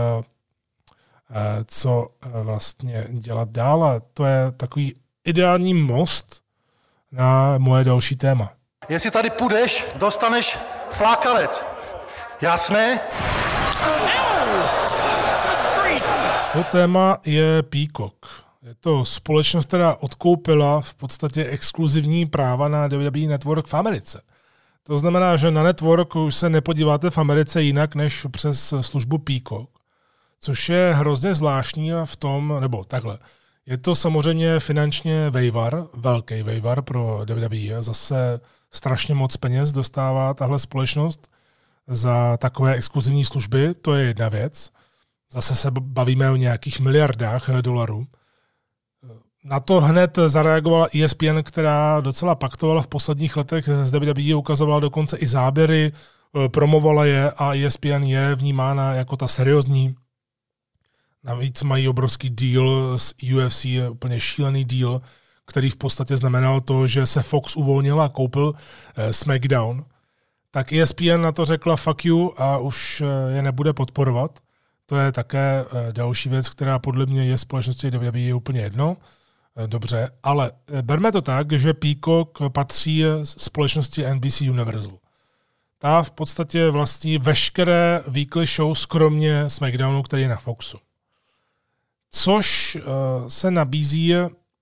co vlastně dělat dál a to je takový ideální most na moje další téma. Jestli tady půjdeš, dostaneš flákalec. Jasné? To téma je Peacock. Je to společnost, která odkoupila v podstatě exkluzivní práva na WWE Network v Americe. To znamená, že na Network už se nepodíváte v Americe jinak než přes službu Peacock, což je hrozně zvláštní v tom, nebo takhle. Je to samozřejmě finančně vejvar, velký vejvar pro WWE. Zase strašně moc peněz dostává tahle společnost za takové exkluzivní služby, to je jedna věc. Zase se bavíme o nějakých miliardách dolarů. Na to hned zareagovala ESPN, která docela paktovala v posledních letech z WWE, ukazovala dokonce i záběry, promovala je a ESPN je vnímána jako ta seriózní. Navíc mají obrovský deal s UFC, úplně šílený deal, který v podstatě znamenal to, že se Fox uvolnil a koupil SmackDown. Tak ESPN na to řekla fuck you a už je nebude podporovat. To je také další věc, která podle mě je společnosti WWE úplně jedno. Dobře, ale berme to tak, že Peacock patří společnosti NBC Universal. Ta v podstatě vlastní veškeré weekly show kromě SmackDownu, který je na Foxu. Což se nabízí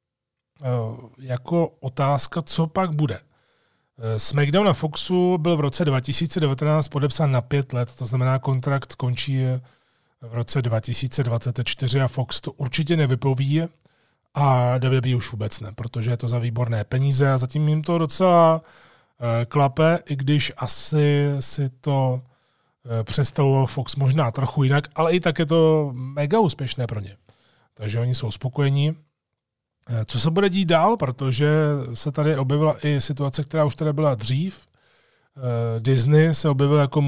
jako otázka, co pak bude. SmackDown na Foxu byl v roce 2019 podepsán na 5 let, to znamená kontrakt končí v roce 2024 a Fox to určitě nevypoví a WWE už vůbec ne, protože je to za výborné peníze a zatím jim to docela klape, i když asi si to představoval Fox možná trochu jinak, ale i tak je to mega úspěšné pro ně. Takže oni jsou spokojení. Co se bude dít dál, protože se tady objevila i situace, která už tady byla dřív. Disney se objevil jako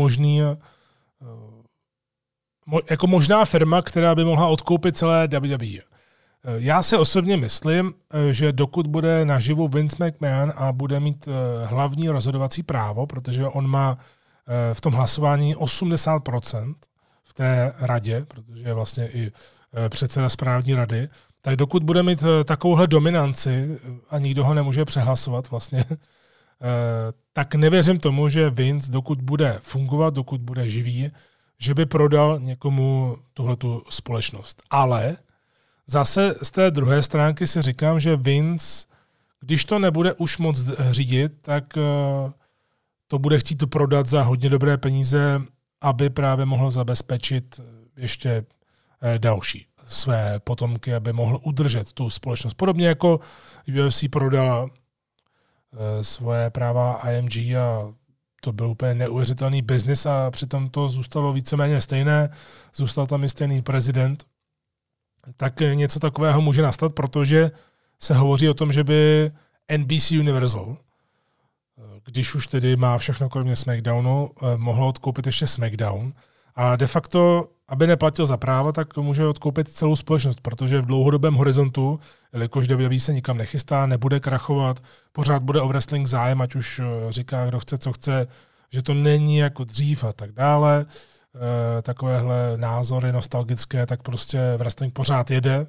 jako možná firma, která by mohla odkoupit celé WWE. Já si osobně myslím, že dokud bude naživu Vince McMahon a bude mít hlavní rozhodovací právo, protože on má v tom hlasování 80% v té radě, protože je vlastně i předseda správní rady, tak dokud bude mít takovouhle dominanci a nikdo ho nemůže přehlasovat vlastně, tak nevěřím tomu, že Vince, dokud bude fungovat, dokud bude živý, že by prodal někomu tuhletu společnost. Ale zase z té druhé stránky si říkám, že Vince, když to nebude už moc řídit, tak to bude chtít prodat za hodně dobré peníze, aby právě mohl zabezpečit ještě další své potomky, aby mohl udržet tu společnost. Podobně jako UFC prodala svoje práva IMG a to byl úplně neuvěřitelný biznis a přitom to zůstalo víceméně stejné, zůstal tam i stejný prezident. Tak něco takového může nastat, protože se hovoří o tom, že by NBC Universal, když už tedy má všechno kromě SmackDownu, mohlo odkoupit ještě SmackDown a de facto, aby neplatil za práva, tak může odkoupit celou společnost, protože v dlouhodobém horizontu, jelikož WWE se nikam nechystá, nebude krachovat, pořád bude o wrestling zájem, ať už říká, kdo chce, co chce, že to není jako dřív a tak dále. Takovéhle názory nostalgické, tak prostě wrestling pořád jede.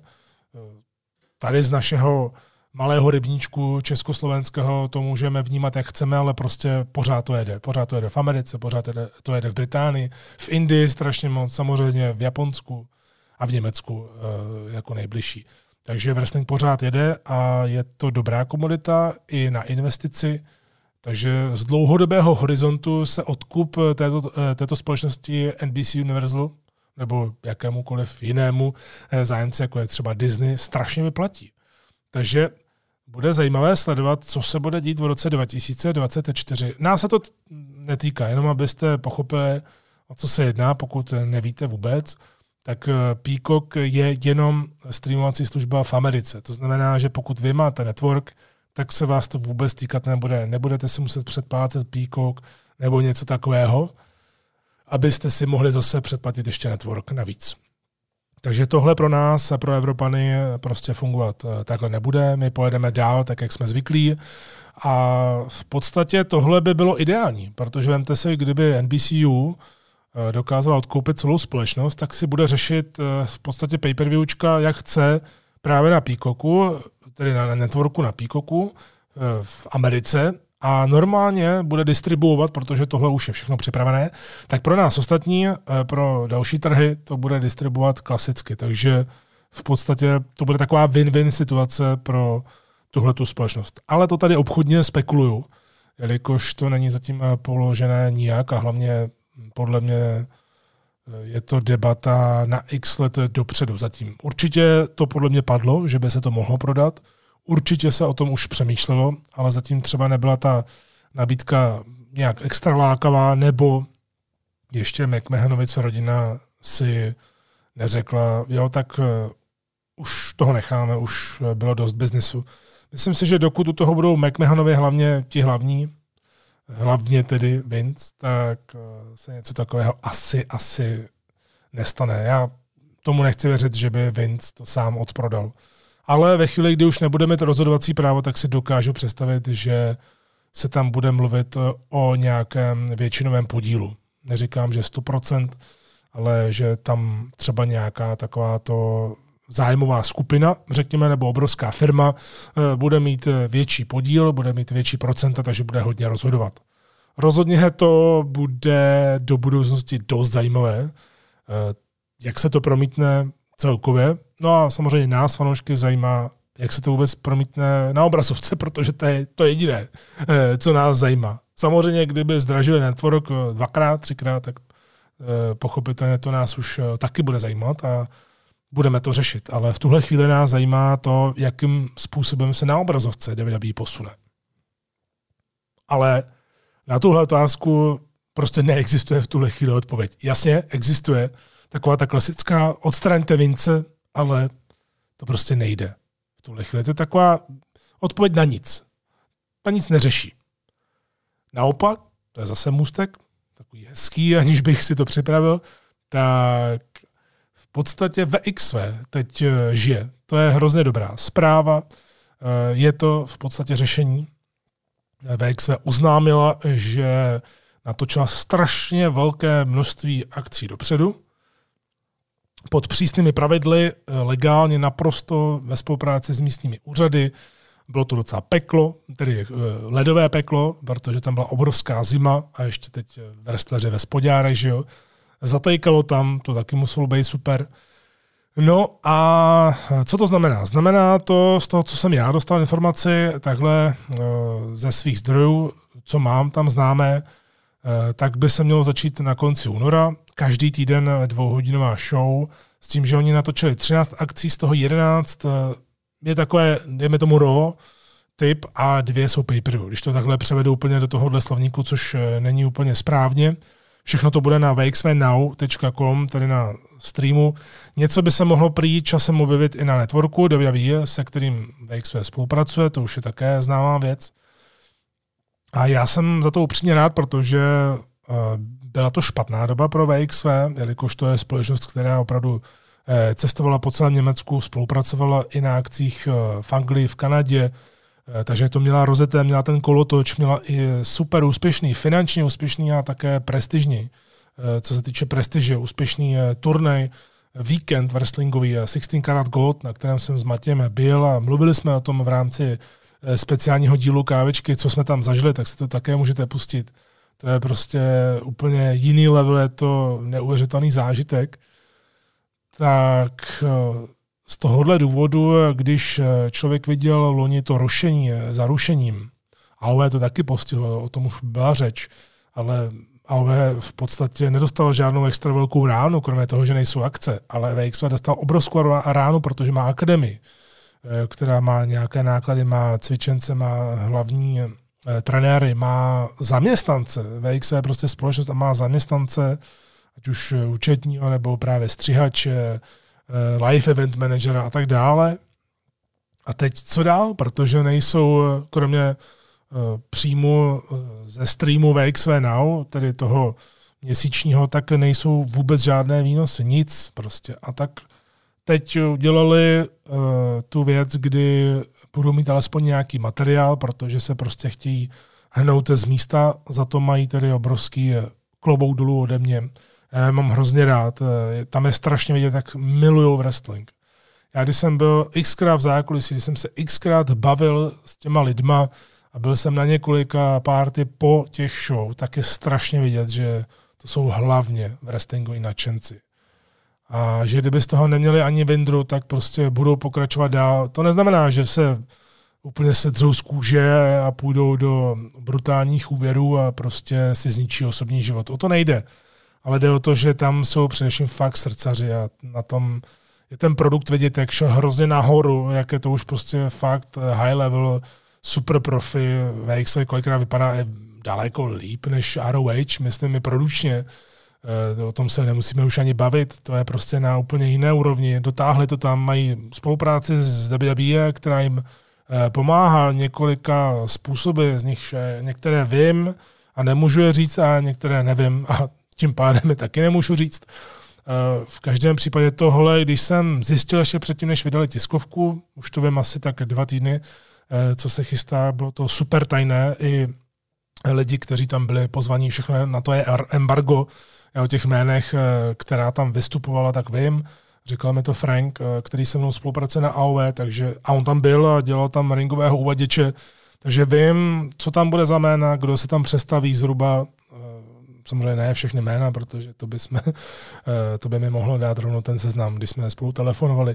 Tady z našeho malého rybníčku československého to můžeme vnímat, jak chceme, ale prostě pořád to jede. Pořád to jede v Americe, pořád to jede v Británii, v Indii strašně moc, samozřejmě v Japonsku a v Německu jako nejbližší. Takže wrestling pořád jede a je to dobrá komodita i na investici. Takže z dlouhodobého horizontu se odkup této společnosti NBC Universal nebo jakémukoliv jinému zájemci, jako je třeba Disney, strašně vyplatí. Takže bude zajímavé sledovat, co se bude dít v roce 2024. Nás se to netýká, jenom abyste pochopili, o co se jedná, pokud nevíte vůbec, tak Peacock je jenom streamovací služba v Americe. To znamená, že pokud vy máte network, tak se vás to vůbec týkat nebude. Nebudete si muset předplácet Peacock nebo něco takového, abyste si mohli zase předplatit ještě network navíc. Takže tohle pro nás a pro Evropany prostě fungovat takhle nebude. My pojedeme dál, tak jak jsme zvyklí. A v podstatě tohle by bylo ideální, protože vemte si, kdyby NBCU dokázala odkoupit celou společnost, tak si bude řešit v podstatě pay-per-viewčka, jak chce právě na Peacocku, tedy na networku na Peacocku v Americe a normálně bude distribuovat, protože tohle už je všechno připravené, tak pro nás ostatní, pro další trhy to bude distribuovat klasicky. Takže v podstatě to bude taková win-win situace pro tuhletu společnost. Ale to tady obchodně spekuluju, jelikož to není zatím položené nijak a hlavně podle mě je to debata na x let dopředu zatím. Určitě to podle mě padlo, že by se to mohlo prodat. Určitě se o tom už přemýšlelo, ale zatím třeba nebyla ta nabídka nějak extra lákavá, nebo ještě McMahanovic rodina si neřekla, jo, tak už toho necháme, už bylo dost biznesu. Myslím si, že dokud u toho budou McMahanovi hlavně ti hlavně tedy Vince, tak se něco takového asi nestane. Já tomu nechci věřit, že by Vince to sám odprodal. Ale ve chvíli, kdy už nebudeme to rozhodovací právo, tak si dokážu představit, že se tam bude mluvit o nějakém většinovém podílu. Neříkám, že 100%, ale že tam třeba nějaká takováto zájmová skupina, řekněme, nebo obrovská firma bude mít větší podíl, bude mít větší procenta, takže bude hodně rozhodovat. Rozhodně to bude do budoucnosti dost zajímavé, jak se to promítne celkově. No a samozřejmě nás, fanoušky, zajímá, jak se to vůbec promítne na obrazovce, protože to je to jediné, co nás zajímá. Samozřejmě, kdyby zdražili network 2x, 3x, tak pochopitelně to nás už taky bude zajímat a budeme to řešit. Ale v tuhle chvíli nás zajímá to, jakým způsobem se na obrazovce WWE posune. Ale na tuhle otázku prostě neexistuje v tuhle chvíli odpověď. Jasně, existuje taková ta klasická odstraňte Vince, ale to prostě nejde. V tuhle chvíli to je taková odpověď na nic. Na nic neřeší. Naopak, to je zase můstek, takový hezký, aniž bych si to připravil, tak v podstatě VXV teď žije. To je hrozně dobrá zpráva. Je to v podstatě řešení. VXV oznámila, že natočila strašně velké množství akcí dopředu, pod přísnými pravidly, legálně naprosto ve spolupráci s místními úřady. Bylo to docela peklo, tedy ledové peklo, protože tam byla obrovská zima a ještě teď wrestleři ve spodňárech, že jo. Zatejkalo tam, to taky muselo být super. No a co to znamená? Znamená to z toho, co jsem já dostal informaci, takhle ze svých zdrojů, co mám tam známé, tak by se mělo začít na konci února. Každý týden 2hodinová show, s tím, že oni natočili 13 akcí, z toho 11 je takové, dejme tomu Raw typ a 2 jsou pay-per-view. Když to takhle převedu úplně do tohohle slovníku, což není úplně správně. Všechno to bude na vxvnow.com, tedy na streamu. Něco by se mohlo prý časem objevit i na networku WWE, se kterým VXV spolupracuje, to už je také známá věc. A já jsem za to upřímně rád, protože byla to špatná doba pro VXV, jelikož to je společnost, která opravdu cestovala po celém Německu, spolupracovala i na akcích v Anglii, v Kanadě, takže to měla rozeté, měla ten kolotoč, měla i super úspěšný, finančně úspěšný a také prestižní. Co se týče prestiže, úspěšný turnej, víkend wrestlingový 16 Karat Gold, na kterém jsem s Matějem byl a mluvili jsme o tom v rámci speciálního dílu Kávečky, co jsme tam zažili, tak si to také můžete pustit. To je prostě úplně jiný level, je to neuvěřitelný zážitek. Tak z tohohle důvodu, když člověk viděl loni to rušení za rušením, AOV to taky postihlo, o tom už byla řeč, ale AOV v podstatě nedostalo žádnou extra velkou ránu, kromě toho, že nejsou akce, ale VXV dostal obrovskou ránu, protože má akademii, která má nějaké náklady, má cvičence, má hlavní trenéry, má zaměstnance. VXV je prostě společnost a má zaměstnance, ať už účetního, nebo právě střihače, live event managera a tak dále. A teď co dál? Protože nejsou, kromě příjmu ze streamu VXV Now, tedy toho měsíčního, tak nejsou vůbec žádné výnosy, nic prostě. A tak teď udělali tu věc, kdy budou mít alespoň nějaký materiál, protože se prostě chtějí hnout z místa, za to mají tedy obrovský klobouk dolů ode mě. Já mám hrozně rád, tam je strašně vidět, jak milujou wrestling. Já když jsem byl xkrát v zákulisí, když jsem se xkrát bavil s těma lidma a byl jsem na několika party po těch show, tak je strašně vidět, že to jsou hlavně wrestlingoví nadšenci. A že kdyby z toho neměli ani vindru, tak prostě budou pokračovat dál. To neznamená, že se úplně sedřou z kůže a půjdou do brutálních úvěrů a prostě si zničí osobní život. O to nejde. Ale jde o to, že tam jsou především fakt srdcaři a na tom je ten produkt vidět, jak šel hrozně nahoru, jak je to už prostě fakt high level, super profi, VXV kolikrát vypadá daleko líp než ROH, myslím i produkčně. O tom se nemusíme už ani bavit, to je prostě na úplně jiné úrovni. Dotáhli to tam, mají spolupráci s WWE, která jim pomáhá několika způsoby, z nich některé vím a nemůžu je říct a některé nevím a tím pádem je taky nemůžu říct. V každém případě tohle, když jsem zjistil ještě předtím, než vydali tiskovku, už to vím asi tak 2 týdny, co se chystá, bylo to super tajné, i lidi, kteří tam byli pozvaní, všechno na to je embargo. Já o těch jménech, která tam vystupovala, tak vím. Říkal mi to Frank, který se mnou spolupracuje na AOV, a on tam byl a dělal tam ringového uvaděče, takže vím, co tam bude za jména, kdo se tam přestaví zhruba. Samozřejmě ne všechny jména, protože to by mi mohlo dát rovnou ten seznam, když jsme spolu telefonovali.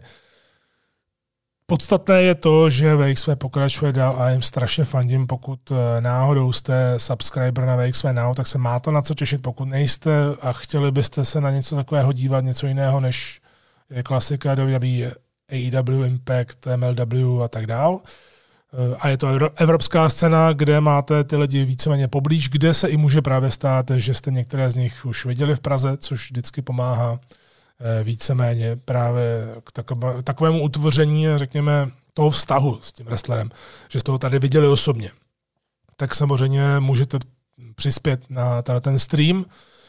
Podstatné je to, že VXV pokračuje dál a jim strašně fandím. Pokud náhodou jste subscriber na VXV Now, tak se máte na co těšit. Pokud nejste a chtěli byste se na něco takového dívat, něco jiného než je klasika WWE, AEW, Impact, MLW a tak dál. A je to evropská scéna, kde máte ty lidi víceméně poblíž, kde se i může právě stát, že jste některé z nich už viděli v Praze, což vždycky pomáhá víceméně právě k takovému utvoření, řekněme, toho vztahu s tím wrestlerem, že jste ho tady viděli osobně. Tak samozřejmě můžete přispět na ten stream,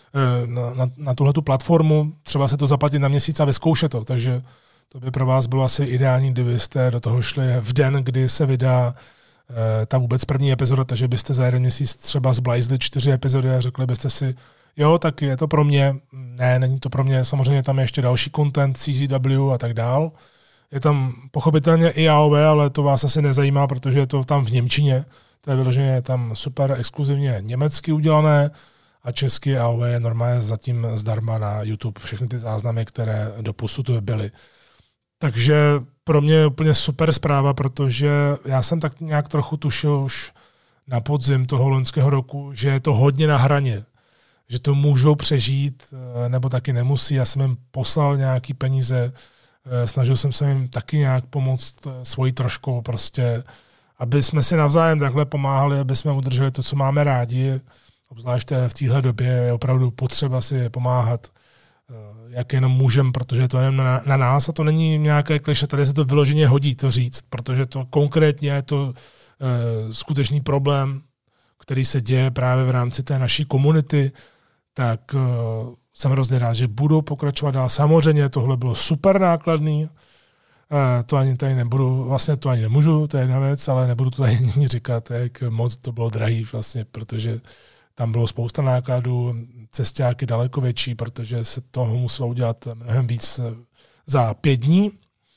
na tuhletu platformu, třeba se to zaplatit na měsíc a vyzkoušet to, takže to by pro vás bylo asi ideální, kdybyste do toho šli v den, kdy se vydá ta vůbec první epizoda, takže byste za jeden měsíc třeba zblajzli 4 epizody a řekli byste si, jo, tak je to pro mě. Ne, není to pro mě. Samozřejmě tam je ještě další content, CZW a tak dál. Je tam pochopitelně i AOV, ale to vás asi nezajímá, protože je to tam v němčině. To je vyloženě tam super exkluzivně německy udělané a česky AOV je normálně zatím zdarma na YouTube. Všechny ty záznamy, které doposud byly. Takže pro mě je úplně super zpráva, protože já jsem tak nějak trochu tušil už na podzim toho loňského roku, že je to hodně na hraně. Že to můžou přežít, nebo taky nemusí. Já jsem jim poslal nějaký peníze, snažil jsem se jim taky nějak pomoct svojí troškou, prostě, aby jsme si navzájem takhle pomáhali, aby jsme udrželi to, co máme rádi. Obzvlášť v téhle době je opravdu potřeba si pomáhat, jak jenom můžeme, protože je to jen na nás a to není nějaké klišé, tady se to vyloženě hodí to říct, protože to konkrétně je to skutečný problém, který se děje právě v rámci té naší komunity, tak jsem hrozně rád, že budou pokračovat dál. Samozřejmě tohle bylo super nákladný, to ani tady nebudu, vlastně to ani nemůžu, to je jedna věc, ale nebudu to tady ani říkat, jak moc to bylo drahý vlastně, protože tam bylo spousta nákladů, cestáky daleko větší, protože se toho muselo udělat mnohem víc za 5 dní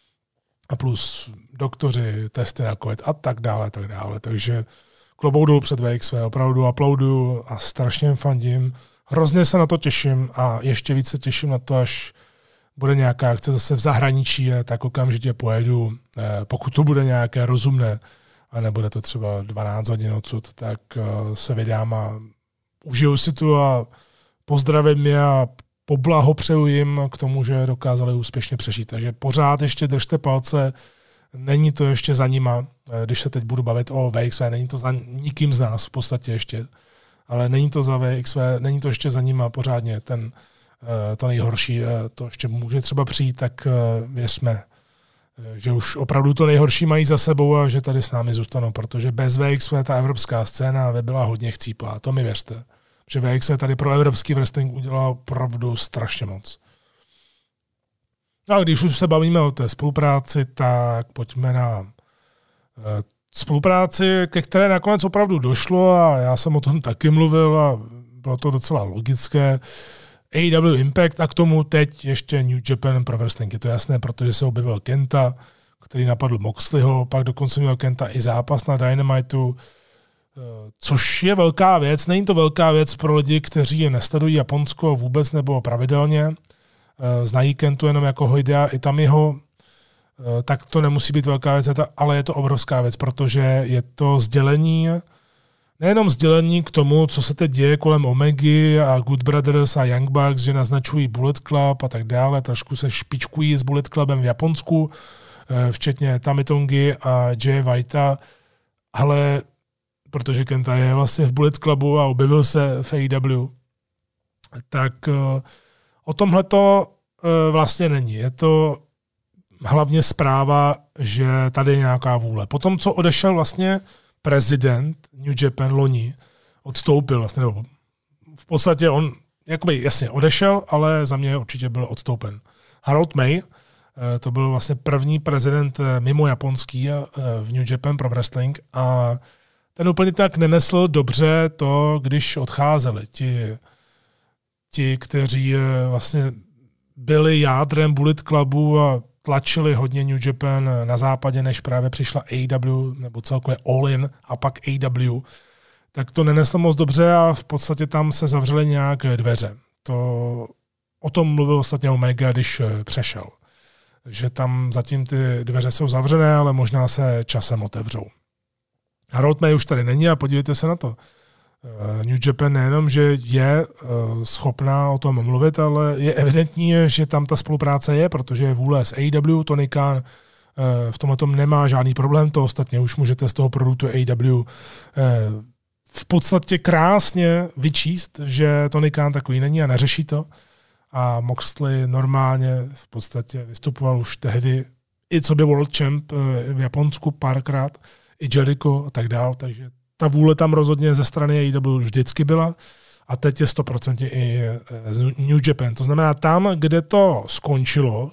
a plus doktoři, testy na COVID a tak dále, tak dále. Takže klobouk dolů před VXV, opravdu aplauduju a strašně fandím. Hrozně se na to těším a ještě více těším na to, až bude nějaká akce zase v zahraničí, tak okamžitě pojedu, pokud to bude nějaké rozumné a nebude to třeba 12 hodin odsud, tak se vydám a užiju si to a pozdravím je a poblahopřeju jim k tomu, že dokázali úspěšně přežít. Takže pořád ještě držte palce, není to ještě za nima, když se teď budu bavit o VXV, není to za nikým z nás v podstatě ještě, ale není to za VXV, není to ještě za nima pořádně to nejhorší, to ještě může třeba přijít, tak věřme, že už opravdu to nejhorší mají za sebou a že tady s námi zůstanou, protože bez VXV ta evropská scéna by byla hodně chcíplá, to mi věřte. Že VXV tady pro evropský wrestling udělal opravdu strašně moc. No a když už se bavíme o té spolupráci, tak pojďme na spolupráci, ke které nakonec opravdu došlo a já jsem o tom taky mluvil a bylo to docela logické. AEW Impact a k tomu teď ještě New Japan Pro Wrestling. Je to jasné, protože se objevil Kenta, který napadl Moxleyho, pak dokonce měl Kenta i zápas na Dynamitu, což je velká věc. Není to velká věc pro lidi, kteří nesledují Japonsko vůbec nebo pravidelně. znají Kentu jenom jako Hoidea i Tamiho, tak to nemusí být velká věc, ale je to obrovská věc, protože je to sdělení, nejenom sdělení k tomu, co se teď děje kolem Omegy a Good Brothers a Young Bucks, že naznačují Bullet Club a tak dále, trošku se špičkují s Bullet Clubem v Japonsku, včetně Tami Tongy a Jay Whitea, ale protože Kenta je vlastně v Bullet Clubu a objevil se v AEW, tak o tomhle to vlastně není. Je to hlavně zpráva, že tady je nějaká vůle. Potom, co odešel vlastně prezident New Japan loni, odstoupil vlastně, nebo v podstatě on jakoby jasně odešel, ale za mě určitě byl odstoupen. Harold May, to byl vlastně první prezident mimo japonský v New Japan Pro Wrestling a ten úplně tak nenesl dobře to, když odcházeli ti, kteří vlastně byli jádrem Bullet Clubu a tlačili hodně New Japan na západě, než právě přišla AEW, nebo celkově All In a pak AEW, tak to neneslo moc dobře a v podstatě tam se zavřely nějaké dveře. O tom mluvil ostatně Omega, když přešel. Že tam zatím ty dveře jsou zavřené, ale možná se časem otevřou. Harold May už tady není a podívejte se na to. New Japan nejenom, že je schopná o tom mluvit, ale je evidentní, že tam ta spolupráce je, protože je vůle s AEW, Tony Khan v tomhle tom nemá žádný problém, to ostatně už můžete z toho produktu AEW v podstatě krásně vyčíst, že Tony Khan takový není a neřeší to. A Moxley normálně v podstatě vystupoval už tehdy i co by World Champ v Japonsku párkrát, i Jericho a tak dál, takže ta vůle tam rozhodně ze strany AEW vždycky byla a teď je 100% i z New Japan. To znamená tam, kde to skončilo,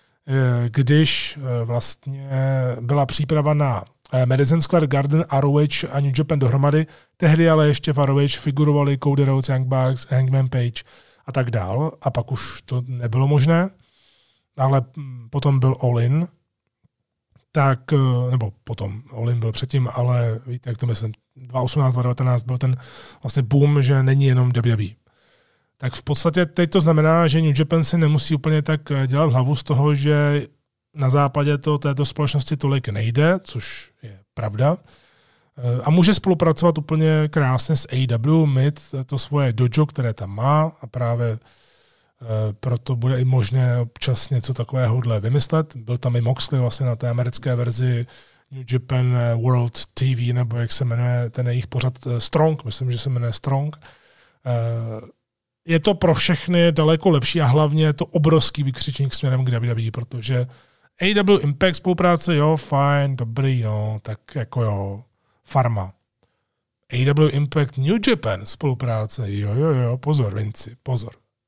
když vlastně byla příprava na Madison Square Garden, ROH a New Japan dohromady, tehdy ale ještě v ROH figurovali Cody Rhodes, Young Bucks, Hangman Page a tak dál a pak už to nebylo možné, ale potom byl All In, tak, nebo potom All-In byl předtím, ale víte, jak to myslím, 2018, 2019 byl ten vlastně boom, že není jenom WWE. Tak v podstatě teď to znamená, že New Japan si nemusí úplně tak dělat hlavu z toho, že na západě to této společnosti tolik nejde, což je pravda. A může spolupracovat úplně krásně s AEW, mít to svoje dojo, které tam má a právě proto bude i možné občas něco takovéhohle vymyslet. Byl tam i Moxley vlastně na té americké verzi New Japan World TV, nebo jak se jmenuje ten jejich pořad Strong, myslím, že se jmenuje Strong. Je to pro všechny daleko lepší a hlavně je to obrovský vykřičník směrem k WWE, protože AEW Impact spolupráce, jo, fajn, dobrý, no, tak jako jo, farma. AEW Impact New Japan spolupráce, jo, pozor, Vinci, pozor.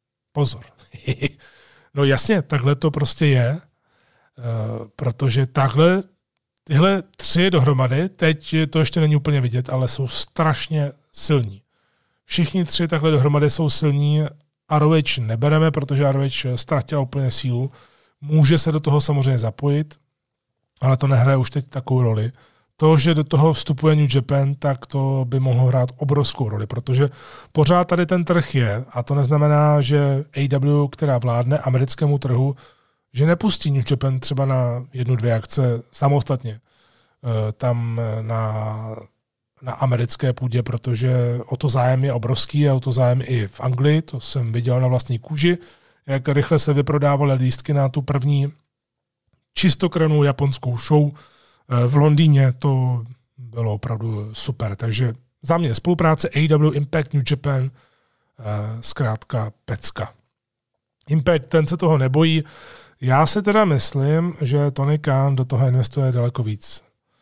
No jasně, takhle to prostě je, protože tyhle tři dohromady, teď to ještě není úplně vidět, ale jsou strašně silní. Všichni tři takhle dohromady jsou silní, ROH nebereme, protože ROH ztratila úplně sílu, může se do toho samozřejmě zapojit, ale to nehraje už teď takovou roli. To, že do toho vstupuje New Japan, tak to by mohlo hrát obrovskou roli, protože pořád tady ten trh je a to neznamená, že AEW, která vládne americkému trhu, že nepustí New Japan třeba na 1-2 akce samostatně tam na americké půdě, protože o to zájem je obrovský a o to zájem i v Anglii, to jsem viděl na vlastní kůži, jak rychle se vyprodávaly lístky na tu první čistokrevnou japonskou show v Londýně, to bylo opravdu super. Takže za mě spolupráce AEW, Impact, New Japan, zkrátka pecka. Impact, ten se toho nebojí. Já si teda myslím, že Tony Khan do toho investuje daleko víc.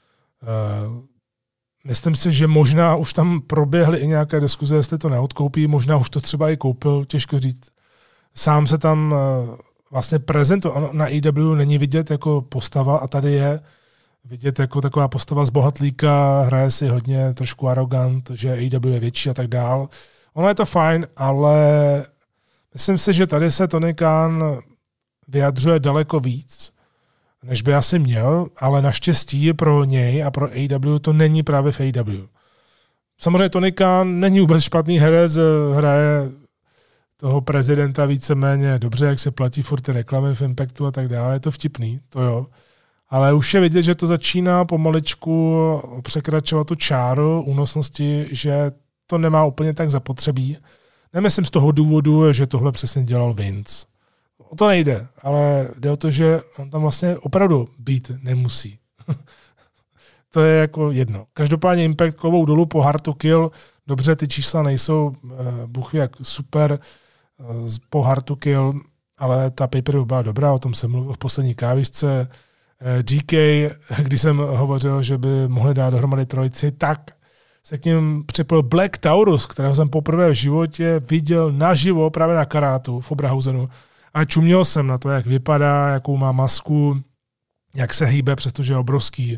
Myslím si, že možná už tam proběhly i nějaké diskuze, jestli to neodkoupí, možná už to třeba i koupil, těžko říct. Sám se tam vlastně prezentuje. Na AEW není vidět jako postava a tady je vidět jako taková postava z bohatlíka, hraje si hodně trošku arrogant, že AEW je větší a tak dál. Ono je to fajn, ale myslím si, že tady se Tony Khan vyjadřuje daleko víc, než by asi měl, ale naštěstí pro něj a pro AEW to není právě v AEW. Samozřejmě Tony Khan není vůbec špatný herec, hraje toho prezidenta víceméně dobře, jak se platí furt ty reklamy v Impactu a tak dále, je to vtipný, to jo. Ale už je vidět, že to začíná pomaličku překračovat tu čáru únosnosti, že to nemá úplně tak zapotřebí. Nemyslím z toho důvodu, že tohle přesně dělal Vince. O to nejde, ale jde o to, že on tam vlastně opravdu být nemusí. To je jako jedno. Každopádně Impact klobouk dolů po Hard to Kill. Dobře, ty čísla nejsou bůh ví jak super po Hard to Kill, ale ta pay-per-view byla dobrá, o tom jsem mluvil v poslední kávisce. DK, když jsem hovořil, že by mohli dát dohromady trojici, tak se k ním připojil Black Taurus, kterého jsem poprvé v životě viděl naživo právě na karátu v Oberhausenu. A čuměl jsem na to, jak vypadá, jakou má masku, jak se hýbe, přestože je obrovský.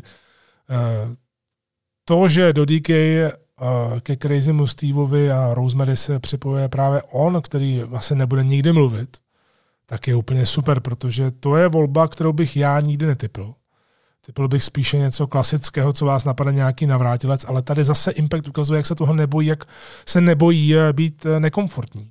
To, že do DK ke Crazymu Steveovi a Rosemary se připojuje právě on, který vlastně nebude nikdy mluvit, tak je úplně super, protože to je volba, kterou bych já nikdy netypl. Typl bych spíše něco klasického, co vás napadne nějaký navrátilec, ale tady zase Impact ukazuje, jak se toho nebojí, jak se nebojí být nekomfortní.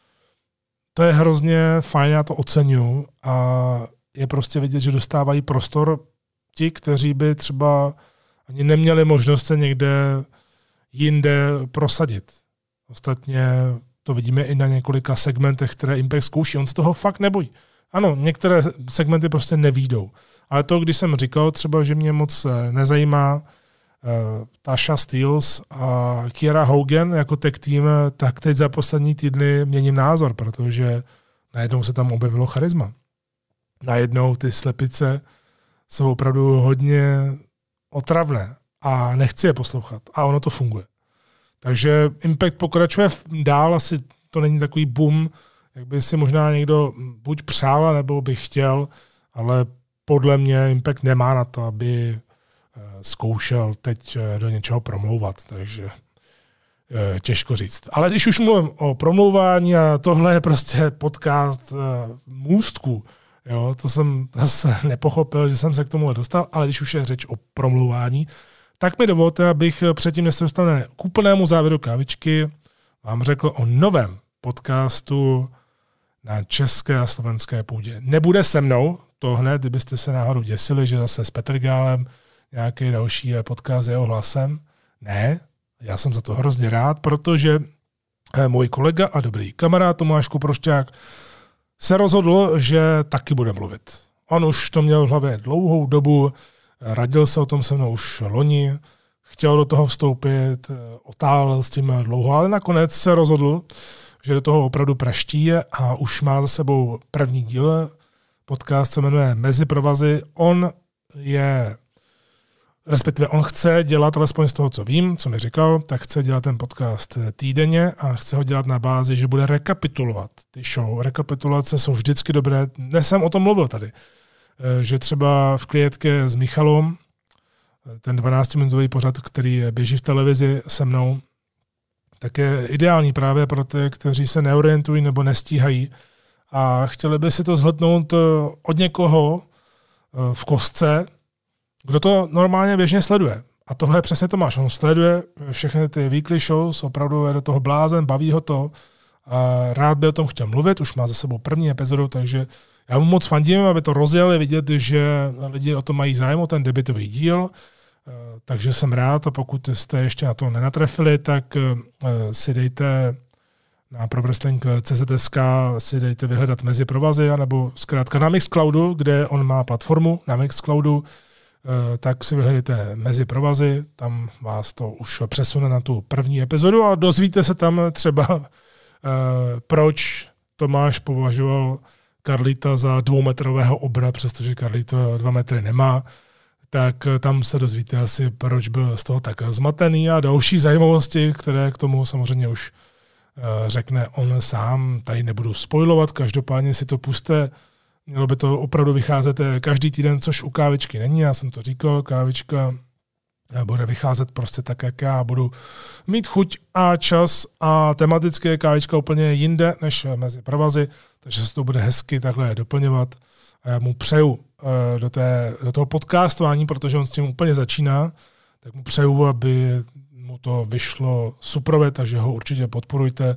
To je hrozně fajn, já to oceňuji a je prostě vidět, že dostávají prostor ti, kteří by třeba ani neměli možnost se někde jinde prosadit. Ostatně to vidíme i na několika segmentech, které Impact zkouší. On se toho fakt nebojí. Ano, některé segmenty prostě nevídou. Ale to, když jsem říkal třeba, že mě moc nezajímá Tasha Steelz a Kiera Hogan jako tag team, tak teď za poslední týdny měním názor, protože najednou se tam objevilo charisma. Najednou ty slepice jsou opravdu hodně otravné a nechci je poslouchat. A ono to funguje. Takže Impact pokračuje dál, asi to není takový boom, jak by si možná někdo buď přál, nebo by chtěl, ale podle mě Impact nemá na to, aby zkoušel teď do něčeho promlouvat, takže těžko říct. Ale když už mluvím o promlouvání a tohle je prostě podcast můstků, jo, to jsem zase nepochopil, že jsem se k tomu dostal, ale když už je řeč o promlouvání, tak mi dovolte, abych předtím, než se dostane k úplnému závěru kávičky, vám řekl o novém podcastu na české a slovenské půdě. Nebude se mnou, to hned, kdybyste se náhodou děsili, že zase s Petrgálem nějaký další podcast jeho hlasem. Ne, já jsem za to hrozně rád, protože můj kolega a dobrý kamarád Tomáš Kuprošťák se rozhodl, že taky bude mluvit. On už to měl v hlavě dlouhou dobu, radil se o tom se mnou už loni, chtěl do toho vstoupit, otálel s tím dlouho, ale nakonec se rozhodl, že do toho opravdu praští a už má za sebou první díl. Podcast se jmenuje Mezi provazy. On chce dělat, alespoň z toho, co vím, co mi říkal, tak chce dělat ten podcast týdenně a chce ho dělat na bázi, že bude rekapitulovat ty show. Rekapitulace jsou vždycky dobré. Dnes jsem o tom mluvil tady, že třeba v Klietke s Michalom, ten 12-minutový pořad, který běží v televizi se mnou, tak je ideální právě pro ty, kteří se neorientují nebo nestíhají a chtěli by si to zhltnout od někoho v kostce, kdo to normálně běžně sleduje. A tohle je přesně Tomáš. On sleduje všechny ty weekly shows, opravdu je do toho blázen, baví ho to. A rád by o tom chtěl mluvit, už má za sebou první epizodu, takže já mu moc fandím, aby to rozjeli, vidět, že lidi o to mají zájem, o ten debutový díl. Takže jsem rád a pokud jste ještě na to nenatrefili, tak si dejte na prowrestling.cz si dejte vyhledat Mezi provazy, nebo zkrátka na Mixcloudu, kde on má platformu na Mixcloudu, tak si vyhledejte Mezi provazy, tam vás to už přesune na tu první epizodu a dozvíte se tam třeba, proč Tomáš považoval Carlita za 2metrového obra, přestože Carlito 2 metry nemá, tak tam se dozvíte asi, proč byl z toho tak zmatený a další zajímavosti, které k tomu samozřejmě už řekne on sám, tady nebudu spoilovat, každopádně si to puste, mělo by to opravdu vycházet každý týden, což u kávičky není, já jsem to říkal, kávička bude vycházet prostě tak, jak já budu mít chuť a čas a tematicky je kávička úplně jinde než Mezi provazy, takže se to bude hezky takhle doplňovat a já mu přeju do toho podcastování, protože on s tím úplně začíná, tak mu přeju, aby mu to vyšlo superové, takže ho určitě podporujte.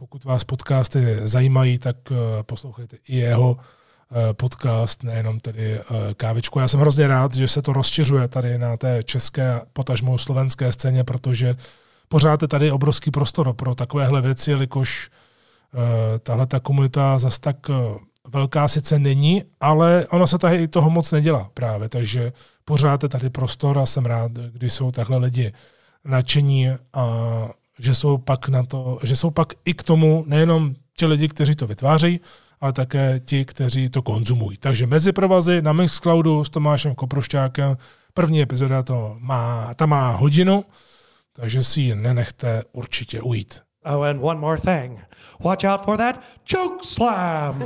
pokud vás podcasty zajímají, tak poslouchejte i jeho podcast, nejenom tedy Kávičku. Já jsem hrozně rád, že se to rozšiřuje tady na té české, potažmo slovenské scéně, protože pořád je tady obrovský prostor pro takovéhle věci, jelikož tahle ta komunita zas tak velká sice není, ale ono se tady toho moc nedělá právě, takže pořád je tady prostor a jsem rád, když jsou takhle lidi nadšení a že jsou pak i k tomu nejenom ti lidi, kteří to vytvářejí, ale také ti, kteří to konzumují. Takže mezi provazy na Mixcloudu s Tomášem Koprošťákem, první epizoda ta má hodinu, takže si ji nenechte určitě ujít. Oh, and one more thing. Watch out for that choke slam.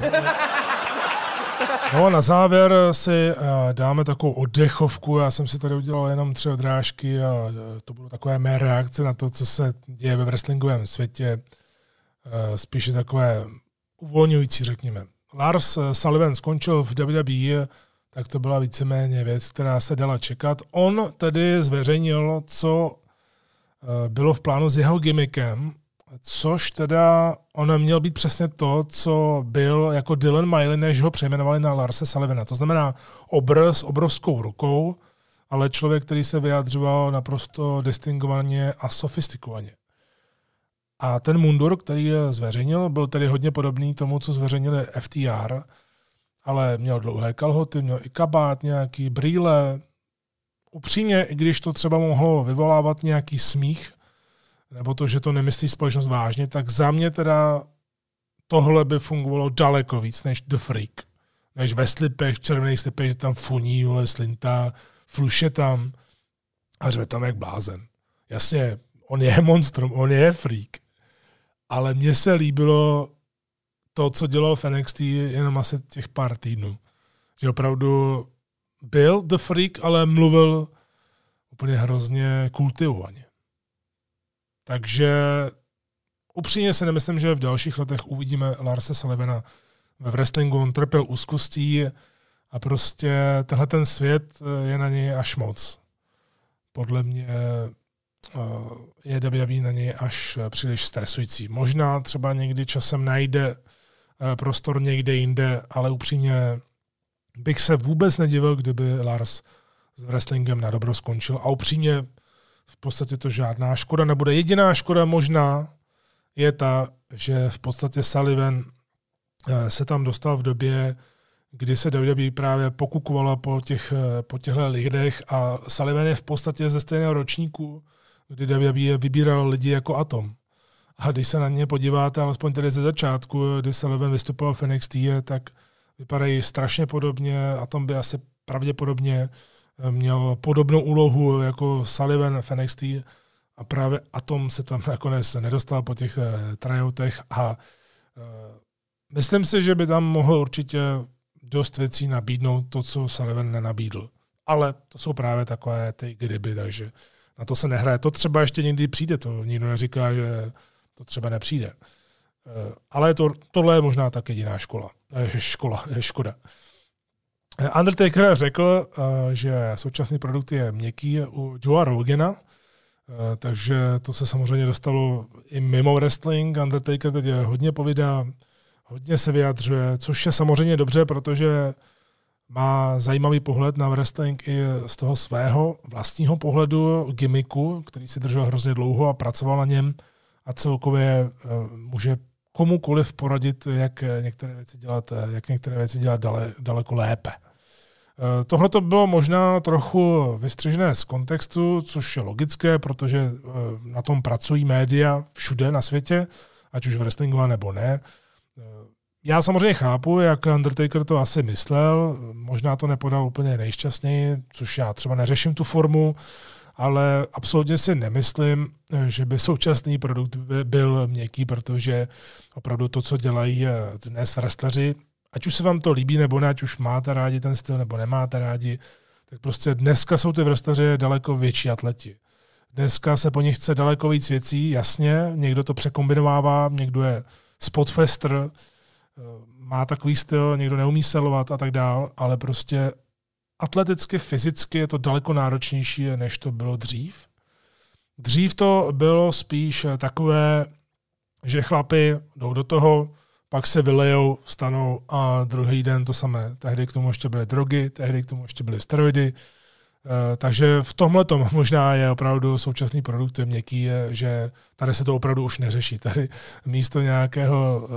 No a na závěr si dáme takovou oddechovku. Já jsem si tady udělal jenom 3 odrážky a to budou takové mé reakce na to, co se děje ve wrestlingovém světě. Spíše takové uvolňující, řekněme. Lars Sullivan skončil v WWE, tak to byla víceméně věc, která se dala čekat. On tedy zveřejnil, co bylo v plánu s jeho gimmickem, což teda on měl být přesně to, co byl jako Dylan Miley, než ho přejmenovali na Larse Sullivana. To znamená obr s obrovskou rukou, ale člověk, který se vyjadřoval naprosto distingovaně a sofistikovaně. A ten mundur, který zveřejnil, byl tedy hodně podobný tomu, co zveřejnili FTR, ale měl dlouhé kalhoty, měl i kabát, nějaký brýle. Upřímně, i když to třeba mohlo vyvolávat nějaký smích, nebo to, že to nemyslí společnost vážně, tak za mě teda tohle by fungovalo daleko víc než The Freak. Než ve slipech, červených slipech, že tam funí, slintá, fluše tam a řve tam jak blázen. Jasně, on je monstrum, on je freak. Ale mně se líbilo to, co dělal v NXT jenom asi těch pár týdnů. Že opravdu byl The Freak, ale mluvil úplně hrozně kultivovaně. Takže upřímně si nemyslím, že v dalších letech uvidíme Larse Sullivana ve wrestlingu. On trpěl úzkostí a prostě tenhle ten svět je na něj až moc. Podle mě je WWE na něj až příliš stresující. Možná třeba někdy časem najde prostor někde jinde, ale upřímně bych se vůbec nedivil, kdyby Lars s wrestlingem na dobro skončil. A upřímně v podstatě to žádná škoda nebude. Jediná škoda možná je ta, že v podstatě Sullivan se tam dostal v době, kdy se WWE právě pokukovala po těchto lidech a Sullivan je v podstatě ze stejného ročníku, kdy WWE vybíral lidi jako Atom. A když se na ně podíváte, alespoň tedy ze začátku, kdy Sullivan vystupoval v NXT, tak vypadají strašně podobně. Atom by asi pravděpodobně měl podobnou úlohu jako Sullivan v NXT a právě Atom se tam nakonec nedostal po těch tryoutech a myslím si, že by tam mohl určitě dost věcí nabídnout to, co Sullivan nenabídl. Ale to jsou právě takové ty kdyby, takže na to se nehraje. To třeba ještě někdy přijde, to nikdo neříká, že to třeba nepřijde. Ale tohle je možná tak jediná škoda. Undertaker řekl, že současný produkt je měkký u Joea Rogana, takže to se samozřejmě dostalo i mimo wrestling. Undertaker teď hodně povídá, hodně se vyjadřuje, což je samozřejmě dobře, protože má zajímavý pohled na wrestling i z toho svého vlastního pohledu gimmicku, který si držel hrozně dlouho a pracoval na něm a celkově může komukoliv poradit, jak některé věci dělat daleko lépe. Tohle to bylo možná trochu vystřižené z kontextu, což je logické, protože na tom pracují média všude na světě, ať už wrestlingová nebo ne. Já samozřejmě chápu, jak Undertaker to asi myslel, možná to nepodal úplně nejšťastněji, což já třeba neřeším tu formu, ale absolutně si nemyslím, že by současný produkt byl měkký, protože opravdu to, co dělají dnes wrestleri, ať už se vám to líbí nebo ne, ať už máte rádi ten styl nebo nemáte rádi, tak prostě dneska jsou ty wrestleri daleko větší atleti. Dneska se po nich chce daleko víc věcí, jasně, někdo to překombinovává, někdo je spotfester, má takový styl, někdo neumí selovat a tak dál, ale prostě atleticky, fyzicky je to daleko náročnější, než to bylo dřív. Dřív to bylo spíš takové, že chlapi jdou do toho, pak se vylejou, vstanou a druhý den to samé. Tehdy k tomu ještě byly drogy, tehdy k tomu ještě byly steroidy. Takže v tomhle tom možná je opravdu současný produkt je měkký, že tady se to opravdu už neřeší. Tady místo nějakého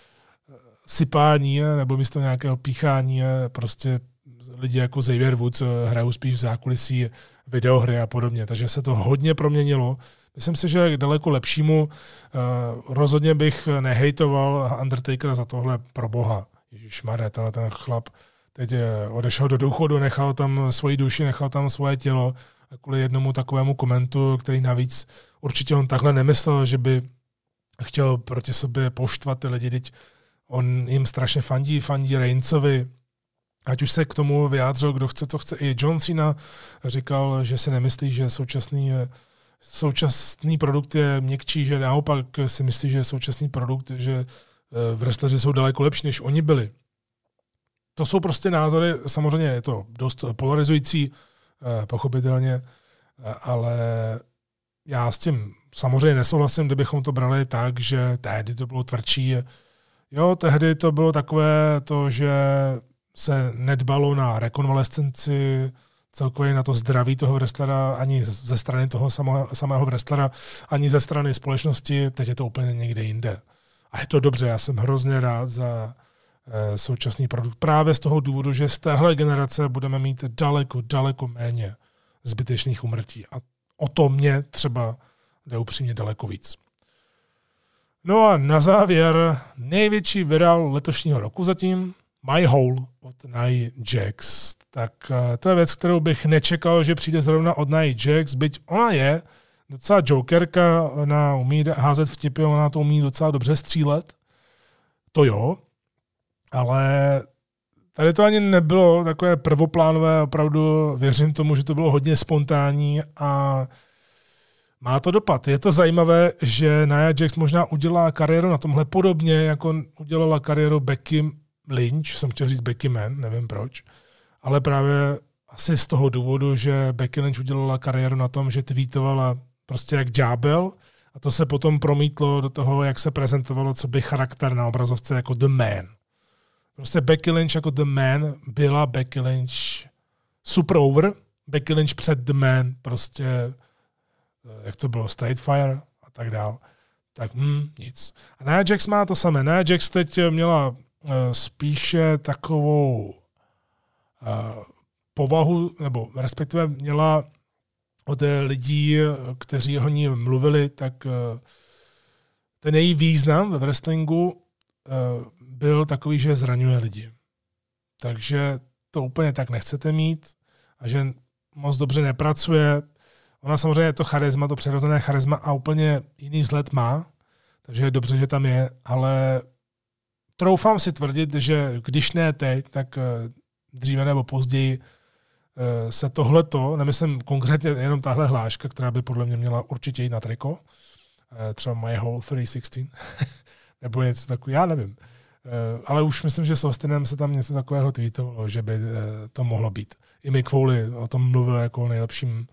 sypání nebo místo nějakého píchání prostě lidi jako Xavier Woods hrajou spíš v zákulisí videohry a podobně. Takže se to hodně proměnilo. Myslím si, že k daleko lepšímu rozhodně bych nehejtoval Undertakera za tohle pro boha. Ježišmarja, ten chlap teď odešel do důchodu, nechal tam svoji duši, nechal tam svoje tělo a kvůli jednomu takovému komentu, který navíc určitě on takhle nemyslel, že by chtěl proti sobě poštvat ty lidi, teď on jim strašně fandí Reignsovi, ať už se k tomu vyjádřil, kdo chce, co chce. I John Cena říkal, že si nemyslí, že současný produkt je měkčí, že naopak si myslí, že současný produkt, že wrestleri jsou daleko lepší, než oni byli. To jsou prostě názory, samozřejmě je to dost polarizující, pochopitelně, ale já s tím samozřejmě nesouhlasím, kdybychom to brali tak, že tehdy to bylo tvrdší. Jo, tehdy to bylo takové to, že se nedbalo na rekonvalescenci, celkově na to zdraví toho wrestlera, ani ze strany toho samého wrestlera, ani ze strany společnosti, teď je to úplně někde jinde. A je to dobře, já jsem hrozně rád za současný produkt. Právě z toho důvodu, že z téhle generace budeme mít daleko méně zbytečných úmrtí. A o to mě třeba jde upřímně daleko víc. No a na závěr největší virál letošního roku zatím, My Hole od Nia Jax. Tak to je věc, kterou bych nečekal, že přijde zrovna od Nia Jax, byť ona je docela jokerka, ona umí házet vtipy, ona to umí docela dobře střílet. To jo, ale tady to ani nebylo takové prvoplánové, opravdu věřím tomu, že to bylo hodně spontánní a má to dopad. Je to zajímavé, že Nia Jax možná udělá kariéru na tomhle podobně, jako udělala kariéru Becky Lynch, jsem chtěl říct Becky Man, nevím proč, ale právě asi z toho důvodu, že Becky Lynch udělala kariéru na tom, že tweetovala prostě jak ďábel a to se potom promítlo do toho, jak se prezentovalo, co by charakter na obrazovce jako The Man. Prostě Becky Lynch jako The Man byla Becky Lynch super over, Becky Lynch před The Man prostě, jak to bylo, Straight Fire a tak dál. Tak nic. A Nia Jax má to samé. Nia Jax teď měla spíše takovou povahu, nebo respektive měla od lidí, kteří o ní mluvili, tak ten její význam ve wrestlingu byl takový, že zraňuje lidi. Takže to úplně tak nechcete mít a že moc dobře nepracuje. Ona samozřejmě je to charisma, to přirozené charisma a úplně jiný vzhled má, takže je dobře, že tam je, ale troufám si tvrdit, že když ne teď, tak dříve nebo později se tohleto, nemyslím konkrétně jenom tahle hláška, která by podle mě měla určitě jít na triko, třeba My Whole 316, nebo něco takového, já nevím. Ale už myslím, že s Austinem se tam něco takového tweetovalo, že by to mohlo být. I Mick Foley o tom mluvil jako o nejlepší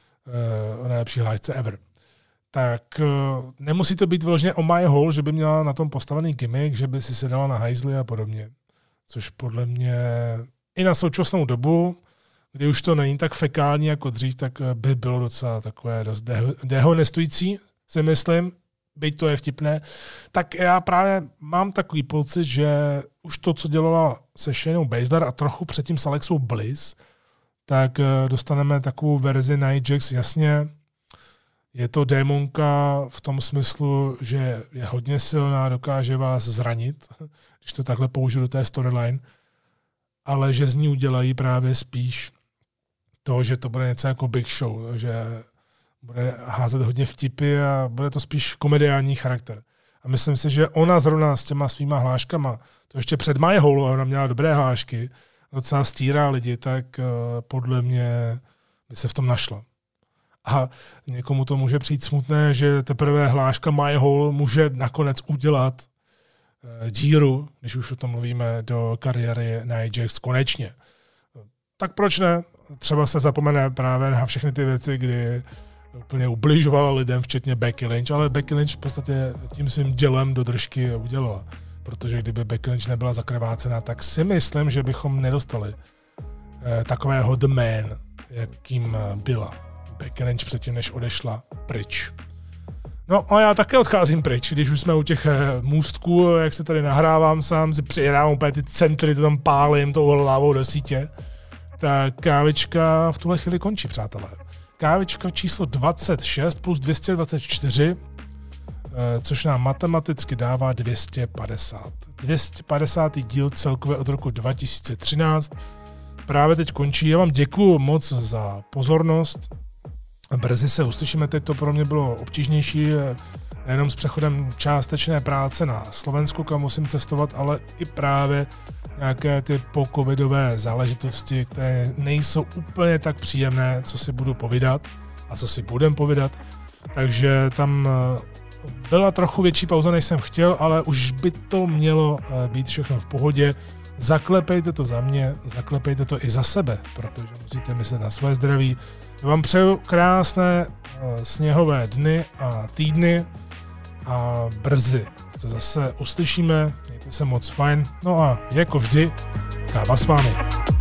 hlášce ever. Tak nemusí to být vyloženě o My Whole, že by měla na tom postavený gimmick, že by si se dala na hajzly a podobně. Což podle mě i na současnou dobu, kdy už to není tak fekální jako dřív, tak by bylo docela takové dost dehonestující, si myslím, byť to je vtipné. Tak já právě mám takový pocit, že už to, co dělala se Shaynou Baszler a trochu předtím s Alexou Bliss, tak dostaneme takovou verzi Nia Jax, jasně. Je to démonka v tom smyslu, že je hodně silná, dokáže vás zranit, když to takhle použiju do té storyline, ale že z ní udělají právě spíš to, že to bude něco jako Big Show, že bude házet hodně vtipy a bude to spíš komediální charakter. A myslím si, že ona zrovna s těma svýma hláškama, to ještě před My Whole, ona měla dobré hlášky, docela stírá lidi, tak podle mě by se v tom našla. A někomu to může přijít smutné, že teprve hláška My Whole může nakonec udělat díru, když už o tom mluvíme, do kariéry Nia Jax konečně. Tak proč ne? Třeba se zapomene právě na všechny ty věci, kdy úplně ubližovala lidem, včetně Becky Lynch, ale Becky Lynch v podstatě tím svým dělem do držky udělala. Protože kdyby Becky Lynch nebyla zakrvácená, tak si myslím, že bychom nedostali takového The Man, jakým byla Becky Lynch předtím, než odešla pryč. No a já také odcházím pryč, když už jsme u těch můstků, jak se tady nahrávám sám, si přihrávám úplně ty centry, to tam pálím tou hlavou do sítě, tak kávička v tuhle chvíli končí, přátelé. Kávička číslo 26 plus 224, což nám matematicky dává 250. 250. díl celkově od roku 2013. Právě teď končí. Já vám děkuju moc za pozornost. Brzy se uslyšíme, teď to pro mě bylo obtížnější, nejenom s přechodem částečné práce na Slovensku, kam musím cestovat, ale i právě nějaké ty pocovidové záležitosti, které nejsou úplně tak příjemné, co si budu povídat a co si budem povídat. Takže tam byla trochu větší pauza, než jsem chtěl, ale už by to mělo být všechno v pohodě. Zaklepejte to za mě, zaklepejte to i za sebe, protože musíte myslet na své zdraví. Já vám přeju krásné sněhové dny a týdny a brzy se zase uslyšíme, mějte se moc fajn. No a jako vždy, káva s vámi.